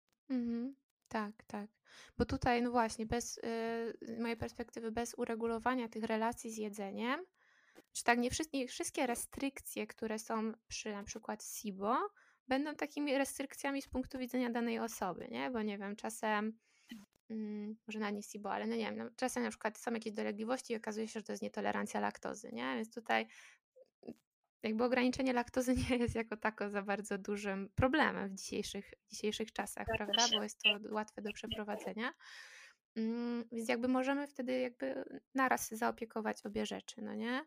Tak, tak. Bo tutaj, no właśnie, z mojej perspektywy, bez uregulowania tych relacji z jedzeniem, czy tak, nie wszystkie restrykcje, które są przy na przykład SIBO, będą takimi restrykcjami z punktu widzenia danej osoby, nie? Bo nie wiem, czasem, może nawet nie SIBO, ale no nie wiem, no, czasem na przykład są jakieś dolegliwości i okazuje się, że to jest nietolerancja laktozy, nie? Więc tutaj jakby ograniczenie laktozy nie jest jako tako za bardzo dużym problemem w dzisiejszych czasach, prawda? Bo jest to łatwe do przeprowadzenia. Więc jakby możemy wtedy jakby naraz zaopiekować obie rzeczy, no nie?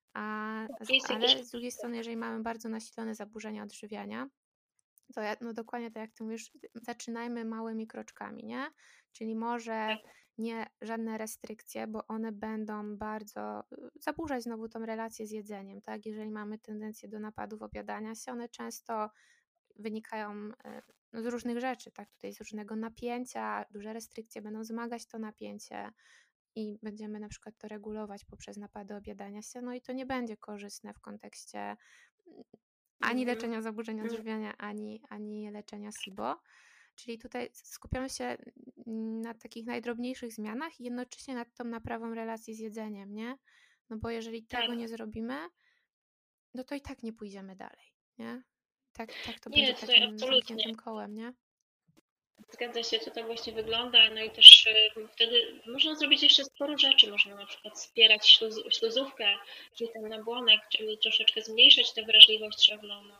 Ale z drugiej strony, jeżeli mamy bardzo nasilone zaburzenia odżywiania, to no dokładnie tak jak ty mówisz, zaczynajmy małymi kroczkami, nie? Czyli może nie żadne restrykcje, bo one będą bardzo zaburzać znowu tą relację z jedzeniem, tak? Jeżeli mamy tendencję do napadów obiadania się, one często wynikają no, z różnych rzeczy, tak? Tutaj z różnego napięcia, duże restrykcje będą wzmagać to napięcie i będziemy na przykład to regulować poprzez napady obiadania się, no i to nie będzie korzystne w kontekście ani leczenia zaburzeń odżywiania, ani leczenia SIBO. Czyli tutaj skupiamy się na takich najdrobniejszych zmianach i jednocześnie nad tą naprawą relacji z jedzeniem, nie? No bo jeżeli tego nie zrobimy, no to i tak nie pójdziemy dalej, nie? Tak to będzie takim zamkniętym kołem, nie?
Zgadza się, to tak właśnie wygląda, no i też wtedy można zrobić jeszcze sporo rzeczy, można na przykład wspierać śluzówkę, czyli ten nabłonek, czyli troszeczkę zmniejszyć tę wrażliwość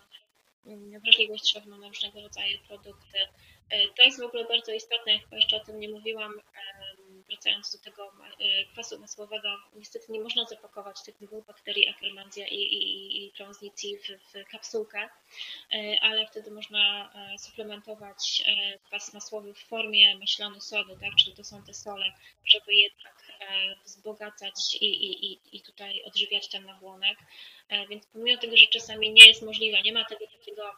trzewną na różnego rodzaju produkty. To jest w ogóle bardzo istotne, jak jeszcze o tym nie mówiłam, wracając do tego kwasu masłowego, niestety nie można zapakować tych dwóch bakterii Akkermansia i Transnici w kapsułkę, ale wtedy można suplementować kwas masłowy w formie maślanu sodu, tak? Czyli to są te sole, żeby jednak wzbogacać i tutaj odżywiać ten nabłonek. Więc pomimo tego, że czasami nie jest możliwe, nie ma tego takiego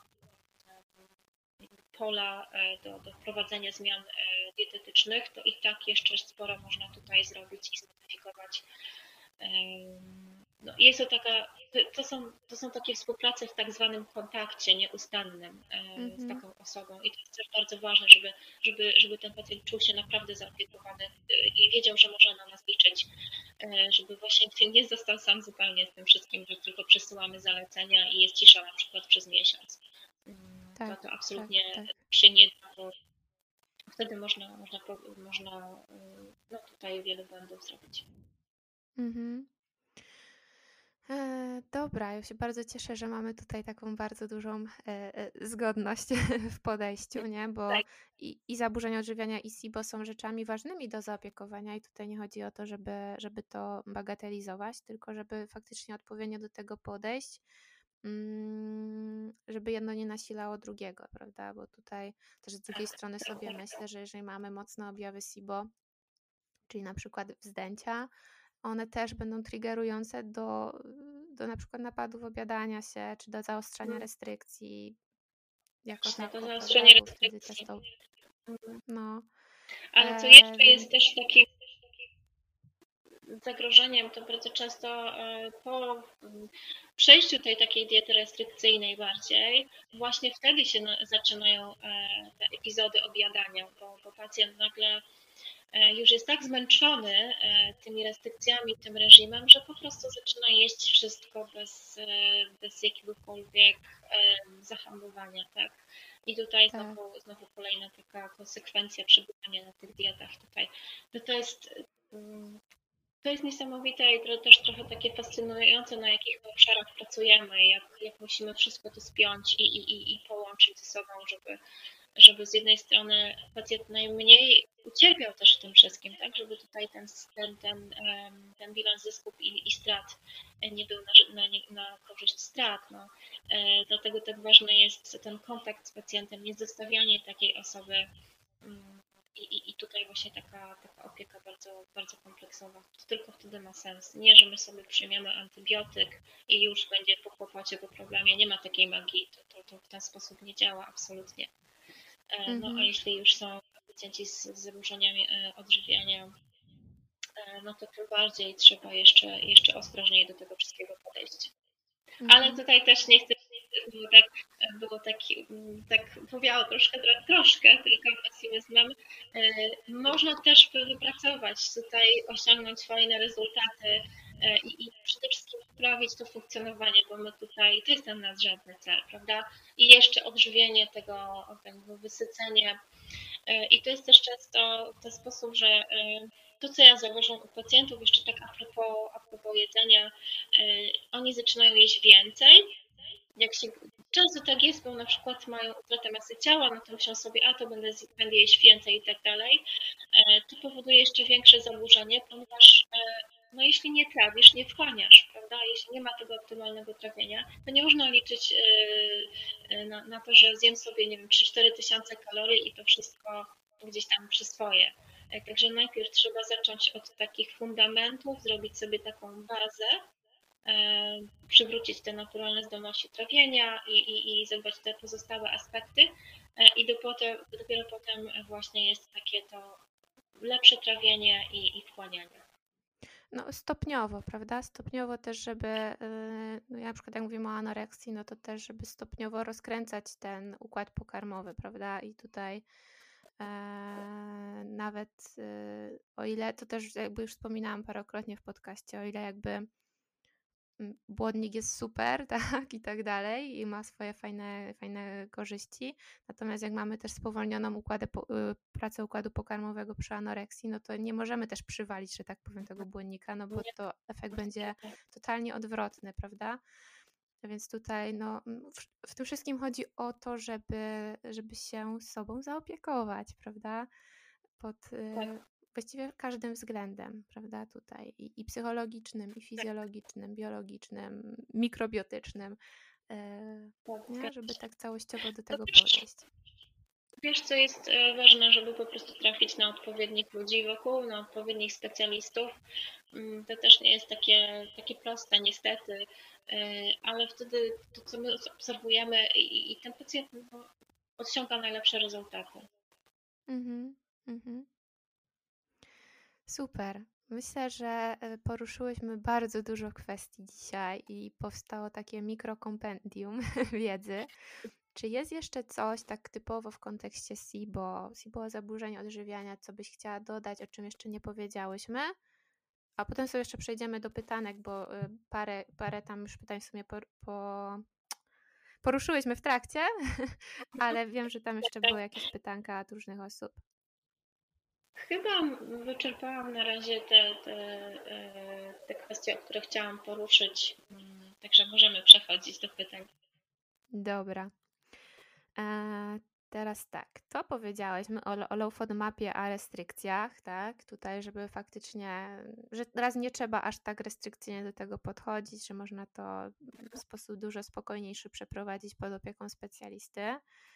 pola do wprowadzenia zmian dietetycznych, to i tak jeszcze sporo można tutaj zrobić i zmodyfikować. No, jest to są takie współprace w tak zwanym kontakcie nieustannym z taką osobą i to jest też bardzo ważne, żeby ten pacjent czuł się naprawdę zaopiekowany i wiedział, że może na nas liczyć, żeby właśnie nie został sam zupełnie z tym wszystkim, że tylko przesyłamy zalecenia i jest cisza na przykład przez miesiąc. To absolutnie się nie da, bo wtedy można no tutaj wiele błędów zrobić.
Dobra, ja się bardzo cieszę, że mamy tutaj taką bardzo dużą zgodność w podejściu, nie? Bo i zaburzenia odżywiania i SIBO są rzeczami ważnymi do zaopiekowania i tutaj nie chodzi o to, żeby to bagatelizować, tylko żeby faktycznie odpowiednio do tego podejść, żeby jedno nie nasilało drugiego, prawda? Bo tutaj też z drugiej strony sobie myślę, że jeżeli mamy mocne objawy SIBO, czyli na przykład wzdęcia, one też będą triggerujące do do na przykład napadów obiadania się, czy do zaostrzania restrykcji, jako
Właśnie,
tako,
to
prawda,
zaostrzenie
bo wtedy
restrykcji.
testował. No,
Ale co jeszcze
więc
jest też takim zagrożeniem, to bardzo często po przejściu tej takiej diety restrykcyjnej bardziej, właśnie wtedy się zaczynają te epizody objadania, bo pacjent nagle już jest tak zmęczony tymi restrykcjami, tym reżimem, że po prostu zaczyna jeść wszystko bez jakiegokolwiek zahamowania, tak? I tutaj
tak.
znowu kolejna taka konsekwencja przebywania na tych dietach tutaj. To jest to jest niesamowite i to też trochę takie fascynujące, na jakich obszarach pracujemy, jak musimy wszystko to spiąć i połączyć ze sobą, żeby z jednej strony pacjent najmniej ucierpiał też w tym wszystkim, tak, żeby tutaj ten bilans zysków i strat nie był na korzyść strat. No. Dlatego tak ważny jest ten kontakt z pacjentem, nie zostawianie takiej osoby i tutaj właśnie taka opieka bardzo, bardzo kompleksowa. To tylko wtedy ma sens. Nie, że my sobie przyjmiemy antybiotyk i już będzie po kłopocie, po problemie. Nie ma takiej magii. To w ten sposób nie działa absolutnie. No a jeśli już są pacjenci z zaburzeniami odżywiania, no to tym bardziej trzeba jeszcze ostrożniej do tego wszystkiego podejść. Ale tutaj też nie chcę, było tak powiało troszkę tylko pesymizmem. Można też wypracować tutaj, osiągnąć fajne rezultaty i przede wszystkim poprawić to funkcjonowanie, bo my tutaj, to jest ten nadrzędny cel, prawda? I jeszcze odżywienie tego wysycenie. I to jest też często w ten sposób, że to, co ja zauważyłam u pacjentów, jeszcze tak a propos jedzenia, oni zaczynają jeść więcej. Często tak jest, bo na przykład mają utratę masy ciała, no to myślą sobie, to będę jeść więcej i tak dalej. To powoduje jeszcze większe zaburzenie, ponieważ no jeśli nie trawisz, nie wchłaniasz, prawda? Jeśli nie ma tego optymalnego trawienia, to nie można liczyć na to, że zjem sobie, nie wiem, 3-4 tysiące kalorii i to wszystko gdzieś tam przyswoję. Także najpierw trzeba zacząć od takich fundamentów, zrobić sobie taką bazę, przywrócić te naturalne zdolności trawienia i zadbać te pozostałe aspekty i dopiero potem właśnie jest takie to lepsze trawienie i wchłanianie.
No stopniowo, prawda? Stopniowo też, żeby, no ja na przykład jak mówimy o anoreksji, no to też, żeby stopniowo rozkręcać ten układ pokarmowy, prawda? I tutaj nawet o ile, to też jakby już wspominałam parokrotnie w podcaście, o ile jakby błonnik jest super, tak, i tak dalej i ma swoje fajne korzyści, natomiast jak mamy też spowolnioną pracę układu pokarmowego przy anoreksji, no to nie możemy też przywalić, że tak powiem, tego błonnika, no bo to efekt będzie totalnie odwrotny, prawda? Więc tutaj no, w tym wszystkim chodzi o to, żeby się sobą zaopiekować, prawda? Właściwie każdym względem, prawda, tutaj i psychologicznym, i fizjologicznym, biologicznym, mikrobiotycznym, nie? Żeby tak całościowo do tego podejść.
Wiesz, co jest ważne, żeby po prostu trafić na odpowiednich ludzi wokół, na odpowiednich specjalistów. To też nie jest takie proste niestety, ale wtedy to, co my obserwujemy i ten pacjent osiąga najlepsze rezultaty.
Super. Myślę, że poruszyłyśmy bardzo dużo kwestii dzisiaj i powstało takie mikrokompendium wiedzy. Czy jest jeszcze coś tak typowo w kontekście SIBO zaburzeń odżywiania, co byś chciała dodać, o czym jeszcze nie powiedziałyśmy? A potem sobie jeszcze przejdziemy do pytanek, bo parę tam już pytań w sumie poruszyłyśmy w trakcie, ale wiem, że tam jeszcze były jakieś pytanka od różnych osób.
Chyba wyczerpałam na razie te kwestie, o których chciałam poruszyć, także możemy przechodzić do pytań.
Dobra. Teraz tak, to powiedziałyśmy o low FODMAPie, a restrykcjach, tak? Tutaj, żeby faktycznie, że raz nie trzeba aż tak restrykcyjnie do tego podchodzić, że można to w sposób dużo spokojniejszy przeprowadzić pod opieką specjalisty.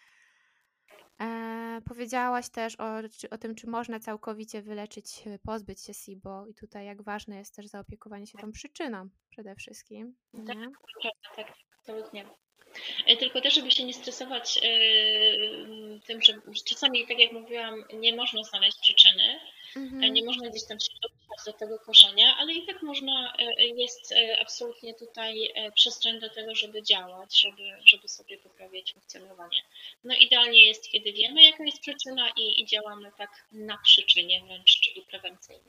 Powiedziałaś też o tym, czy można całkowicie pozbyć się SIBO i tutaj jak ważne jest też zaopiekowanie się tą przyczyną, przede wszystkim.
Tak,
Nie?
tak, absolutnie. Tylko też, żeby się nie stresować tym, że czasami, tak jak mówiłam, nie można znaleźć przyczyny, nie można gdzieś tam się dotrzeć do tego korzenia, ale i tak można, jest absolutnie tutaj przestrzeń do tego, żeby działać, żeby sobie poprawić funkcjonowanie. No idealnie jest, kiedy wiemy, jaka jest przyczyna i działamy tak na przyczynie wręcz, czyli prewencyjnie.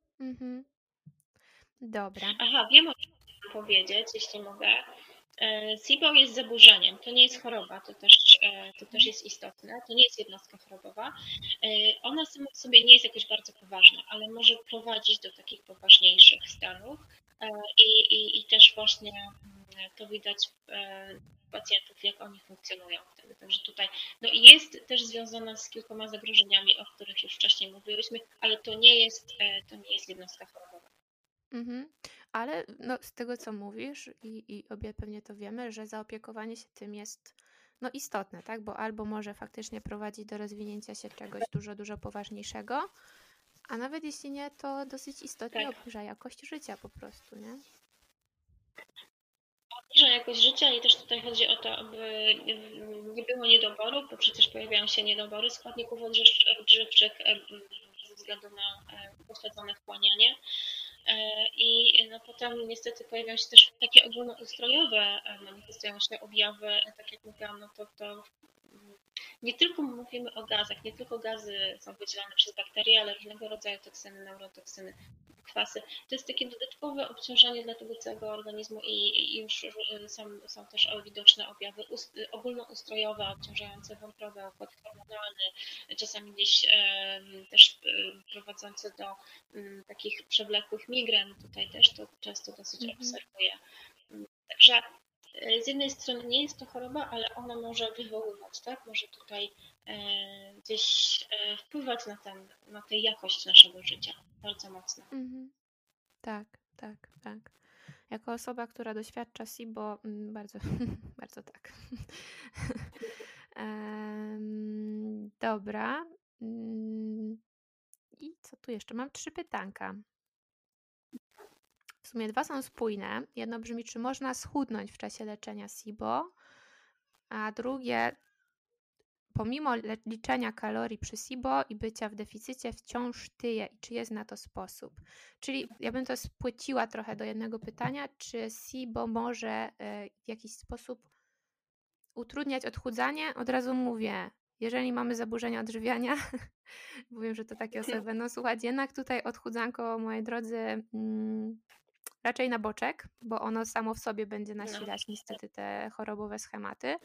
Dobra.
Aha, wiem, o czym chcę powiedzieć, jeśli mogę. SIBO jest zaburzeniem, to nie jest choroba, to też jest istotne, to nie jest jednostka chorobowa. Ona sama w sobie nie jest jakoś bardzo poważna, ale może prowadzić do takich poważniejszych stanów i też właśnie to widać pacjentów, jak oni funkcjonują wtedy. Także tutaj no i jest też związana z kilkoma zagrożeniami, o których już wcześniej mówiłyśmy, ale to nie jest jednostka chorobowa.
Ale no, z tego, co mówisz i obie pewnie to wiemy, że zaopiekowanie się tym jest no, istotne, tak? Bo albo może faktycznie prowadzić do rozwinięcia się czegoś dużo, dużo poważniejszego, a nawet jeśli nie, to dosyć istotnie obniża jakość życia po prostu, nie?
Obniża jakość życia i też tutaj chodzi o to, aby nie było niedoborów, bo przecież pojawiają się niedobory składników odżywczych ze względu na pośledzone wchłanianie. I no potem niestety pojawiają się też takie ogólnoustrojowe, manifestują się objawy, tak jak mówiłam, no to nie tylko mówimy o gazach, nie tylko gazy są wydzielane przez bakterie, ale różnego rodzaju toksyny, neurotoksyny, kwasy. To jest takie dodatkowe obciążenie dla tego całego organizmu i już są też widoczne objawy ogólnoustrojowe, obciążające wątrobę, układ hormonalny, czasami gdzieś też prowadzące do takich przewlekłych migren. Tutaj też to często dosyć obserwuję. Także z jednej strony nie jest to choroba, ale ona może wywoływać, tak? Może tutaj gdzieś wpływać na tę jakość naszego życia bardzo mocno.
Tak, tak, tak. Jako osoba, która doświadcza SIBO, bardzo, bardzo tak. Dobra. I co tu jeszcze? Mam 3 pytanka. W sumie 2 są spójne. Jedno brzmi, czy można schudnąć w czasie leczenia SIBO, a drugie, pomimo liczenia kalorii przy SIBO i bycia w deficycie, wciąż tyje i czy jest na to sposób? Czyli ja bym to spłyciła trochę do jednego pytania, czy SIBO może w jakiś sposób utrudniać odchudzanie? Od razu mówię, jeżeli mamy zaburzenia odżywiania, bo wiem, że to takie osoby będą słuchać, jednak tutaj odchudzanko, moi drodzy, raczej na boczek, bo ono samo w sobie będzie nasilać niestety te chorobowe schematy.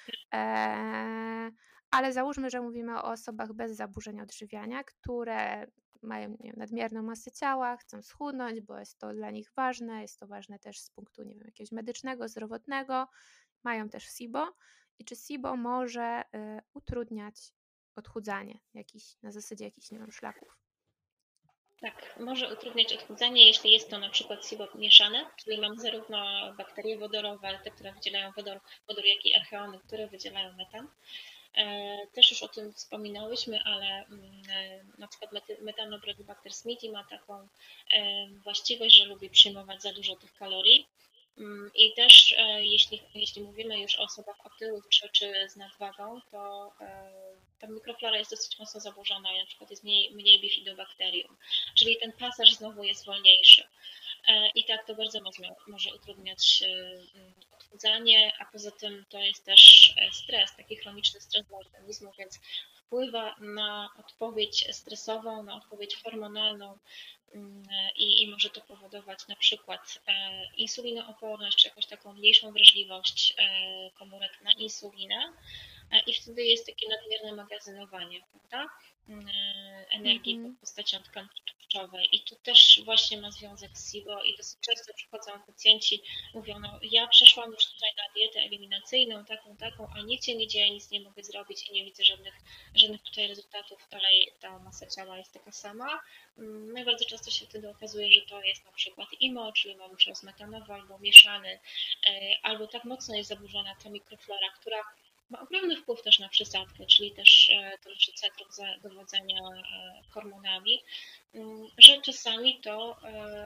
Ale załóżmy, że mówimy o osobach bez zaburzeń odżywiania, które mają, nie wiem, nadmierną masę ciała, chcą schudnąć, bo jest to dla nich ważne, jest to ważne też z punktu, nie wiem, jakiegoś medycznego, zdrowotnego, mają też SIBO. I czy SIBO może utrudniać odchudzanie na zasadzie jakichś, nie wiem, szlaków?
Tak, może utrudniać odchudzanie, jeśli jest to na przykład SIBO mieszane, czyli mamy zarówno bakterie wodorowe, te, które wydzielają wodór, jak i archeony, które wydzielają metan. Też już o tym wspominałyśmy, ale na przykład Methanobrevibacter smithii ma taką właściwość, że lubi przyjmować za dużo tych kalorii. I też jeśli mówimy już o osobach otyłych czy z nadwagą, to ta mikroflora jest dosyć mocno zaburzona i na przykład jest mniej bifidobakterium, czyli ten pasaż znowu jest wolniejszy. I tak to bardzo może utrudniać odchudzanie, a poza tym to jest też stres, taki chroniczny stres dla organizmu, więc wpływa na odpowiedź stresową, na odpowiedź hormonalną i może to powodować na przykład insulinooporność, czy jakąś taką mniejszą wrażliwość komórek na insulinę i wtedy jest takie nadmierne magazynowanie, prawda? Energii w postaci tkanki tłuszczowej i to też właśnie ma związek z SIBO i dosyć często przychodzą pacjenci, mówią, no ja przeszłam już tutaj na dietę eliminacyjną, taką, a nic się nie dzieje, nic nie mogę zrobić i nie widzę żadnych tutaj rezultatów, dalej ta masa ciała jest taka sama. No i bardzo często się wtedy okazuje, że to jest na przykład IMO, czyli mamy przerost metanowy albo mieszany, albo tak mocno jest zaburzona ta mikroflora, która ma ogromny wpływ też na przysadkę, czyli też to nasze centrum dowodzenia hormonami, że czasami to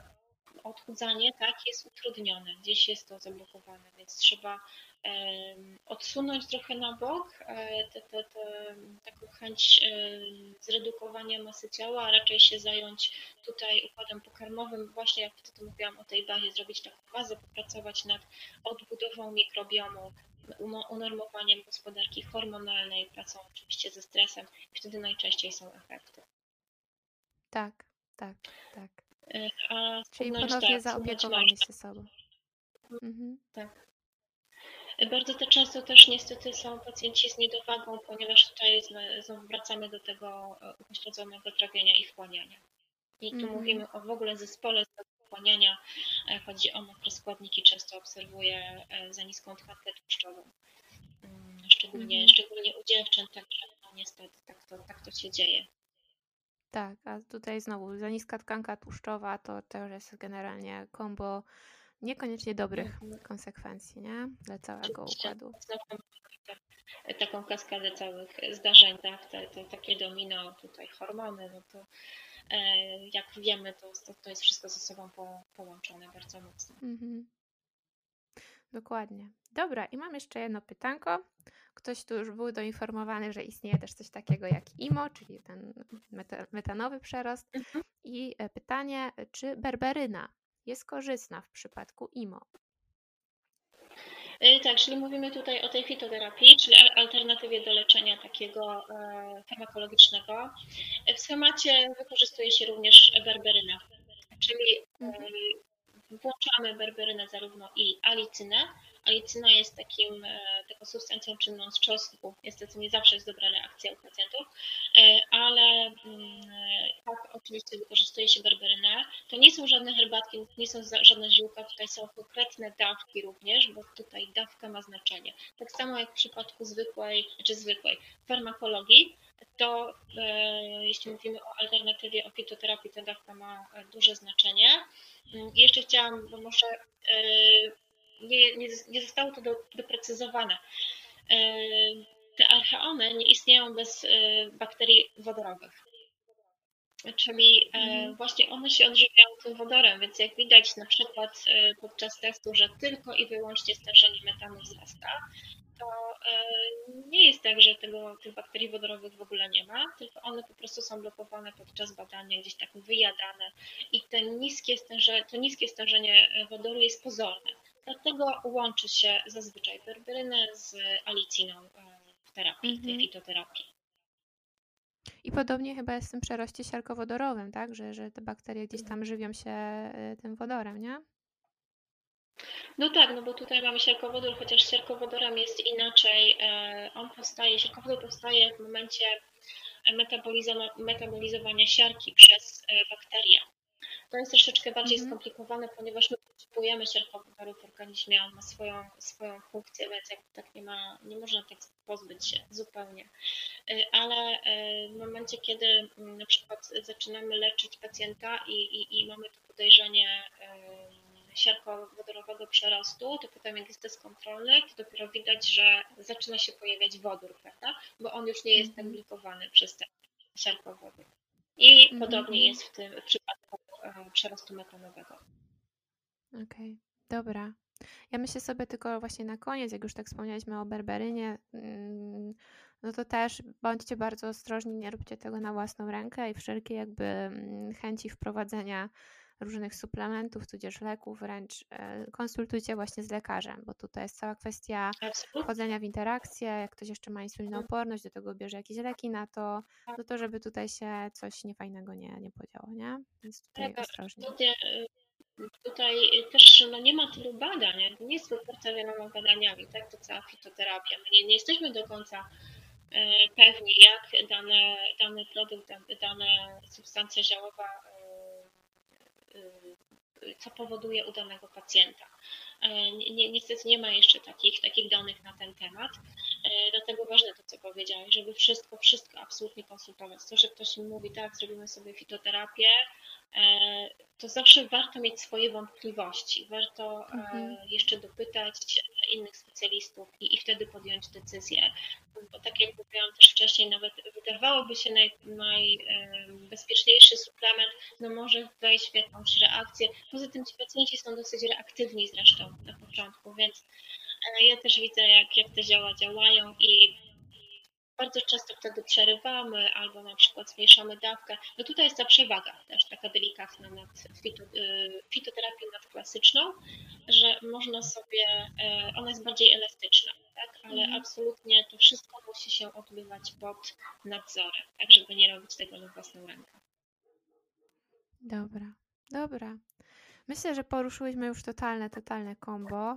odchudzanie tak jest utrudnione, gdzieś jest to zablokowane, więc trzeba odsunąć trochę na bok taką chęć zredukowania masy ciała, a raczej się zająć tutaj układem pokarmowym, właśnie jak wtedy mówiłam o tej bazie, zrobić taką bazę, popracować nad odbudową mikrobiomu, unormowaniem gospodarki hormonalnej, pracą oczywiście ze stresem i wtedy najczęściej są efekty.
Tak, tak, tak.
A
czyli ponownie zaopiekowanie się sobą.
Tak. Bardzo często też niestety są pacjenci z niedowagą, ponieważ tutaj znowu wracamy do tego upośledzonego trawienia i wchłaniania. I tu mówimy w ogóle zespole wchłaniania. Chodzi o makroskładniki, często obserwuję za niską tkankę tłuszczową. Szczególnie u dziewczyn, także niestety tak to się dzieje.
Tak, a tutaj znowu za niska tkanka tłuszczowa to też jest generalnie kombo niekoniecznie dobrych konsekwencji, nie? Dla całego układu.
Taką kaskadę całych zdarzeń, tak? Takie domino, tutaj hormony, no to jak wiemy, to jest wszystko ze sobą połączone bardzo mocno.
Dokładnie. Dobra, i mam jeszcze jedno pytanko. Ktoś tu już był doinformowany, że istnieje też coś takiego jak IMO, czyli ten metanowy przerost. I pytanie, czy berberyna jest korzystna w przypadku IMO?
Tak, czyli mówimy tutaj o tej fitoterapii, czyli alternatywie do leczenia takiego farmakologicznego. W schemacie wykorzystuje się również berberynę, czyli włączamy berberynę zarówno i alicynę. Alicyna jest taką substancją czynną z czosnku. Niestety nie zawsze jest dobra reakcja u pacjentów, ale tak, oczywiście wykorzystuje się berberynę. To nie są żadne herbatki, nie są żadne ziółka, tutaj są konkretne dawki również, bo tutaj dawka ma znaczenie. Tak samo jak w przypadku zwykłej farmakologii, to jeśli mówimy o alternatywie, o fitoterapii, ta dawka ma duże znaczenie. I jeszcze chciałam, bo może nie zostało to doprecyzowane. Te archeony nie istnieją bez bakterii wodorowych. Czyli właśnie one się odżywiają tym wodorem, więc jak widać na przykład podczas testu, że tylko i wyłącznie stężenie metanu wzrasta, to nie jest tak, że tych bakterii wodorowych w ogóle nie ma, tylko one po prostu są blokowane podczas badania, gdzieś tak wyjadane i to niskie stężenie wodoru jest pozorne. Dlatego łączy się zazwyczaj berberynę z alicyną w terapii, tej fitoterapii.
I podobnie chyba jest w tym przeroście siarkowodorowym, tak? Że te bakterie gdzieś tam żywią się tym wodorem, nie?
No tak, no bo tutaj mamy siarkowodór, chociaż siarkowodorem jest inaczej. Siarkowodór powstaje w momencie metabolizowania siarki przez bakterie. To jest troszeczkę bardziej skomplikowane, ponieważ my potrzebujemy siarkowodoru w organizmie, on ma swoją funkcję, więc tak nie można tak pozbyć się zupełnie. Ale w momencie, kiedy na przykład zaczynamy leczyć pacjenta i mamy tu podejrzenie siarkowodorowego przerostu, to potem jak jest test kontrolny, to dopiero widać, że zaczyna się pojawiać wodór, prawda? Bo on już nie jest tak blikowany przez ten siarkowodór. I podobnie jest w przypadku przerostu metanowego.
Okej, dobra. Ja myślę sobie tylko właśnie na koniec, jak już tak wspomnieliśmy o berberynie, no to też bądźcie bardzo ostrożni, nie róbcie tego na własną rękę i wszelkie jakby chęci wprowadzenia różnych suplementów, tudzież leków wręcz konsultujcie właśnie z lekarzem, bo tutaj jest cała kwestia wchodzenia w interakcję, jak ktoś jeszcze ma insulinooporność, do tego bierze jakieś leki na to, no to żeby tutaj się coś niefajnego nie podziało, nie? Więc tutaj ostrożnie.
Tutaj też nie ma tylu badań, nie jest poparta wieloma badaniami, tak, to cała fitoterapia. My nie jesteśmy do końca pewni, jak dany produkt, dana substancja ziołowa, co powoduje u danego pacjenta. Niestety nie ma jeszcze takich danych na ten temat, dlatego ważne to, co powiedziałeś, żeby wszystko absolutnie konsultować. To, że ktoś mi mówi, tak, zrobimy sobie fitoterapię, to zawsze warto mieć swoje wątpliwości, warto jeszcze dopytać innych specjalistów i wtedy podjąć decyzję. Bo tak jak mówiłam też wcześniej, nawet wydawałoby się najbezpieczniejszy suplement, no może wejść w jakąś reakcję. Poza tym ci pacjenci są dosyć reaktywni zresztą na początku, więc ja też widzę, jak te zioła działają i bardzo często wtedy przerywamy albo na przykład zmniejszamy dawkę. No tutaj jest ta przewaga też taka delikatna nad fitoterapią nad klasyczną, że można sobie, ona jest bardziej elastyczna, tak? Ale absolutnie to wszystko musi się odbywać pod nadzorem, tak żeby nie robić tego na własną rękę.
Dobra. Myślę, że poruszyłyśmy już totalne combo.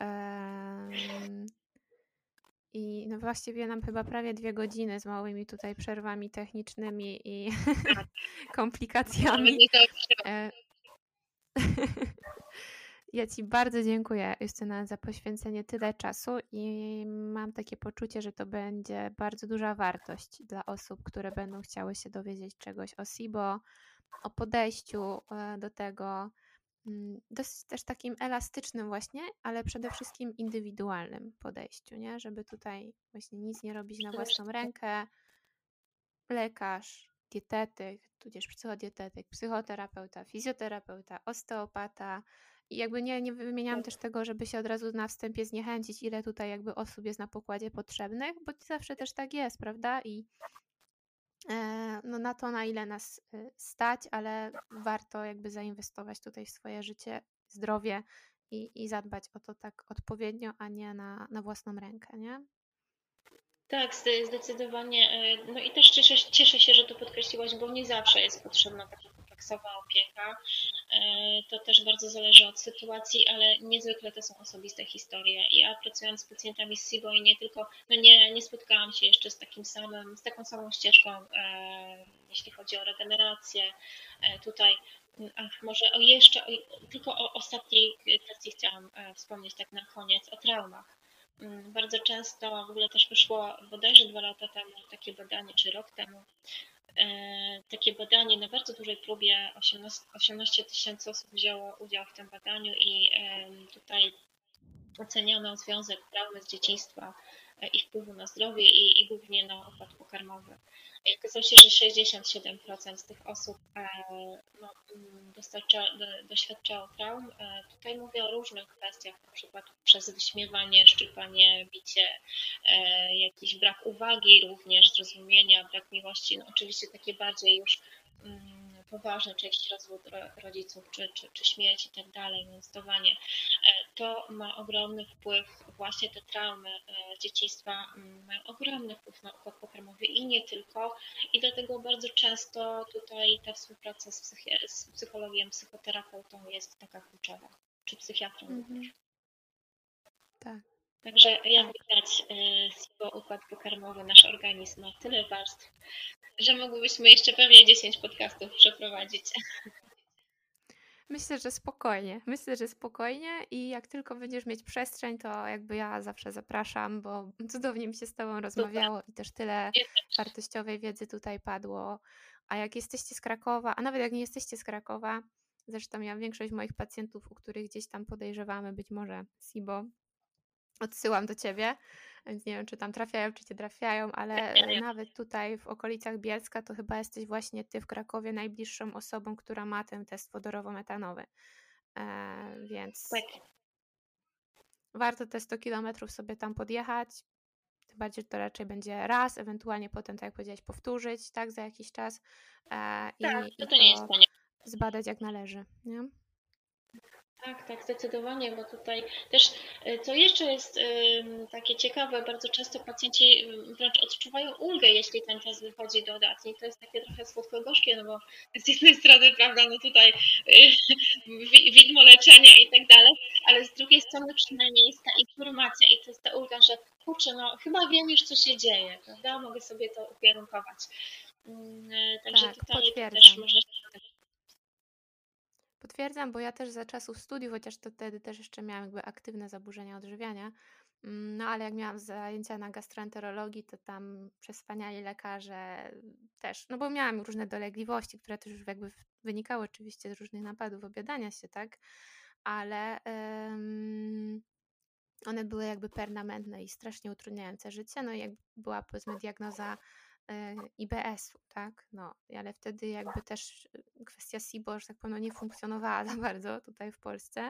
I no właściwie nam chyba prawie 2 godziny z małymi tutaj przerwami technicznymi i komplikacjami. Ja Ci bardzo dziękuję, Justyna, za poświęcenie tyle czasu i mam takie poczucie, że to będzie bardzo duża wartość dla osób, które będą chciały się dowiedzieć czegoś o SIBO, o podejściu do tego, dosyć też takim elastycznym właśnie, ale przede wszystkim indywidualnym podejściu, nie? Żeby tutaj właśnie nic nie robić na własną rękę. Lekarz, dietetyk, tudzież psychodietetyk, psychoterapeuta, fizjoterapeuta, osteopata. I jakby nie wymieniałam też tego, żeby się od razu na wstępie zniechęcić, ile tutaj jakby osób jest na pokładzie potrzebnych, bo zawsze też tak jest, prawda? I no na to, na ile nas stać, ale warto jakby zainwestować tutaj w swoje życie, zdrowie i zadbać o to tak odpowiednio, a nie na własną rękę, nie?
Tak, zdecydowanie. No i też cieszę się, że to podkreśliłaś, bo nie zawsze jest potrzebna taka kompleksowa opieka. To też bardzo zależy od sytuacji, ale niezwykle to są osobiste historie. Ja pracując z pacjentami z SIBO i nie tylko, no nie spotkałam się jeszcze z taką samą ścieżką, jeśli chodzi o regenerację. Tutaj może tylko o ostatniej kwestii chciałam wspomnieć tak na koniec, o traumach. Bardzo często, w ogóle też wyszło bodajże 2 lata temu takie badanie, czy rok temu, takie badanie na bardzo dużej próbie, 18 000 osób wzięło udział w tym badaniu i tutaj oceniano związek traumy z dzieciństwa i wpływu na zdrowie i głównie na układ pokarmowy. I okazało się, że 67% z tych osób no, doświadczało traum. Tutaj mówię o różnych kwestiach, na przykład przez wyśmiewanie, szczypanie, bicie, jakiś brak uwagi również, zrozumienia, brak miłości. No, oczywiście takie bardziej już poważne, czy jakiś rozwód rodziców, czy śmierć i tak dalej, molestowanie. To ma ogromny wpływ, właśnie te traumy z dzieciństwa mają ogromny wpływ na układ pokarmowy i nie tylko. I dlatego bardzo często tutaj ta współpraca z psychologiem, psychoterapeutą jest taka kluczowa, czy psychiatrą również.
Tak.
Także jak widać, SIBO, układ pokarmowy, nasz organizm ma tyle warstw, że mogłybyśmy jeszcze pewnie 10 podcastów przeprowadzić.
Myślę, że spokojnie i jak tylko będziesz mieć przestrzeń, to jakby ja zawsze zapraszam, bo cudownie mi się z Tobą rozmawiało i też tyle wartościowej wiedzy tutaj padło. A jak jesteście z Krakowa, a nawet jak nie jesteście z Krakowa, zresztą ja większość moich pacjentów, u których gdzieś tam podejrzewamy być może SIBO, odsyłam do Ciebie, więc nie wiem, czy tam trafiają, czy Cię trafiają, ale nawet tutaj w okolicach Bielska to chyba jesteś właśnie Ty w Krakowie najbliższą osobą, która ma ten test wodorowo-metanowy, więc warto te 100 kilometrów sobie tam podjechać, tym bardziej, że to raczej będzie raz, ewentualnie potem, tak jak powiedziałaś, powtórzyć, tak, za jakiś czas i
to nie jest koniec.
zbadać jak należy, nie?
Tak, zdecydowanie, bo tutaj też, co jeszcze jest takie ciekawe, bardzo często pacjenci wręcz odczuwają ulgę, jeśli ten test wychodzi dodatni. To jest takie trochę słodko-gorzkie, no bo z jednej strony, prawda, no tutaj widmo leczenia i tak dalej, ale z drugiej strony przynajmniej jest ta informacja i to jest ta ulga, że kurczę, no chyba wiem już, co się dzieje, prawda, mogę sobie to ukierunkować. Także
tak,
tutaj
potwierdzam.
też można się...
Potwierdzam, bo ja też za czasów studiów, chociaż to wtedy też jeszcze miałam jakby aktywne zaburzenia odżywiania, no ale jak miałam zajęcia na gastroenterologii, to tam przesłaniali lekarze też, no bo miałam różne dolegliwości, które też już jakby wynikały oczywiście z różnych napadów obiadania się, tak, ale one były jakby permanentne i strasznie utrudniające życie, no i jakby była powiedzmy diagnoza IBS-u, tak, no, ale wtedy jakby też kwestia SIBO, że tak powiem, nie funkcjonowała za bardzo tutaj w Polsce.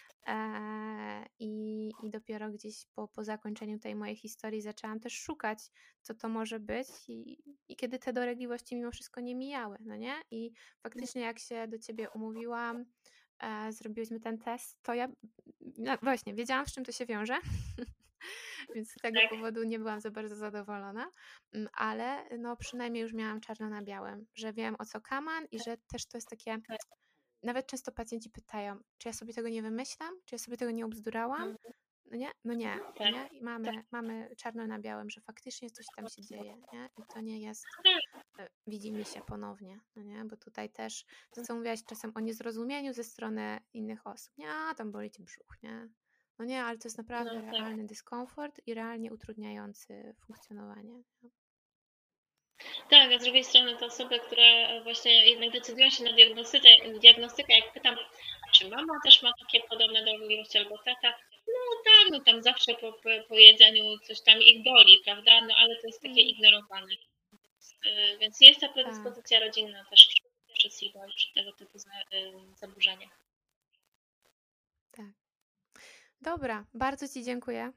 I dopiero gdzieś po zakończeniu tej mojej historii zaczęłam też szukać, co to może być i kiedy te dolegliwości mimo wszystko nie mijały, no nie? I faktycznie jak się do ciebie umówiłam, zrobiłyśmy ten test, to ja właśnie wiedziałam, z czym to się wiąże, więc z tego powodu nie byłam za bardzo zadowolona, ale no przynajmniej już miałam czarno na białym, że wiem, o co kaman i że też to jest takie... Nawet często pacjenci pytają, czy ja sobie tego nie wymyślam, czy ja sobie tego nie obzdurałam. No nie, no nie. Nie? I mamy czarno na białym, że faktycznie coś tam się dzieje, nie? I to nie jest widzi mi się ponownie, no nie? Bo tutaj też to, co mówiłaś czasem o niezrozumieniu ze strony innych osób, nie, tam boli cię brzuch, nie? No nie, ale to jest naprawdę realny dyskomfort i realnie utrudniający funkcjonowanie.
Tak, a z drugiej strony te osoby, które właśnie jednak decydują się na diagnostykę, jak pytam, czy mama też ma takie podobne dolegliwości albo tata, no tak, no tam zawsze po jedzeniu coś tam ich boli, prawda, no ale to jest takie ignorowane. Więc jest ta predyspozycja rodzinna też przy SIBO i przy tego typu zaburzeniach.
Tak. Dobra, bardzo Ci dziękuję.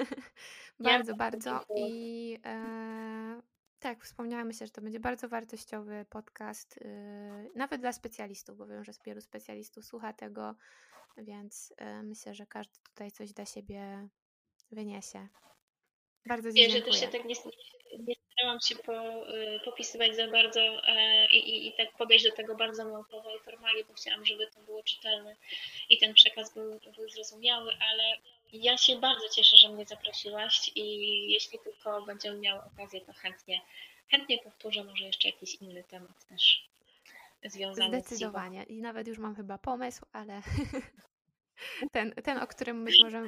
bardzo. I tak, wspomniałam, myślę, że to będzie bardzo wartościowy podcast, nawet dla specjalistów, bo wiem, że wielu specjalistów słucha tego, więc myślę, że każdy tutaj coś dla siebie wyniesie. Bardzo Ci dziękuję.
Że też się tak nie starałam się popisywać za bardzo i tak podejść do tego bardzo naukowo i formalnie, bo chciałam, żeby to było czytelne i ten przekaz był zrozumiały, ale ja się bardzo cieszę, że mnie zaprosiłaś i jeśli tylko będziemy miały okazję, to chętnie powtórzę może jeszcze jakiś inny temat też związany z SIBO.
Zdecydowanie. I nawet już mam chyba pomysł, ale ten, o którym być może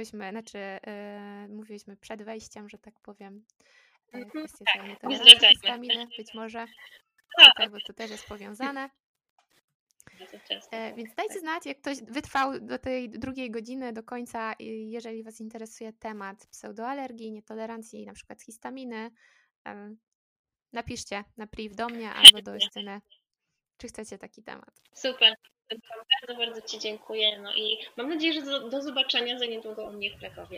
mówiłyśmy przed wejściem, że tak powiem, kwestia całej nietolerancji histaminy, być może, tutaj, bo to też jest powiązane. Więc dajcie znać, jak ktoś wytrwał do tej 2 godziny do końca, jeżeli Was interesuje temat pseudoalergii, nietolerancji, na przykład histaminy, napiszcie na priv do mnie albo do Justyny, czy chcecie taki temat.
Super, bardzo, bardzo Ci dziękuję. No i mam nadzieję, że do zobaczenia za niedługo u mnie w Krakowie.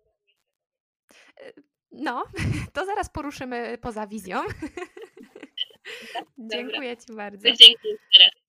No, to zaraz poruszymy poza wizją. Dziękuję Ci bardzo.
Dziękuję.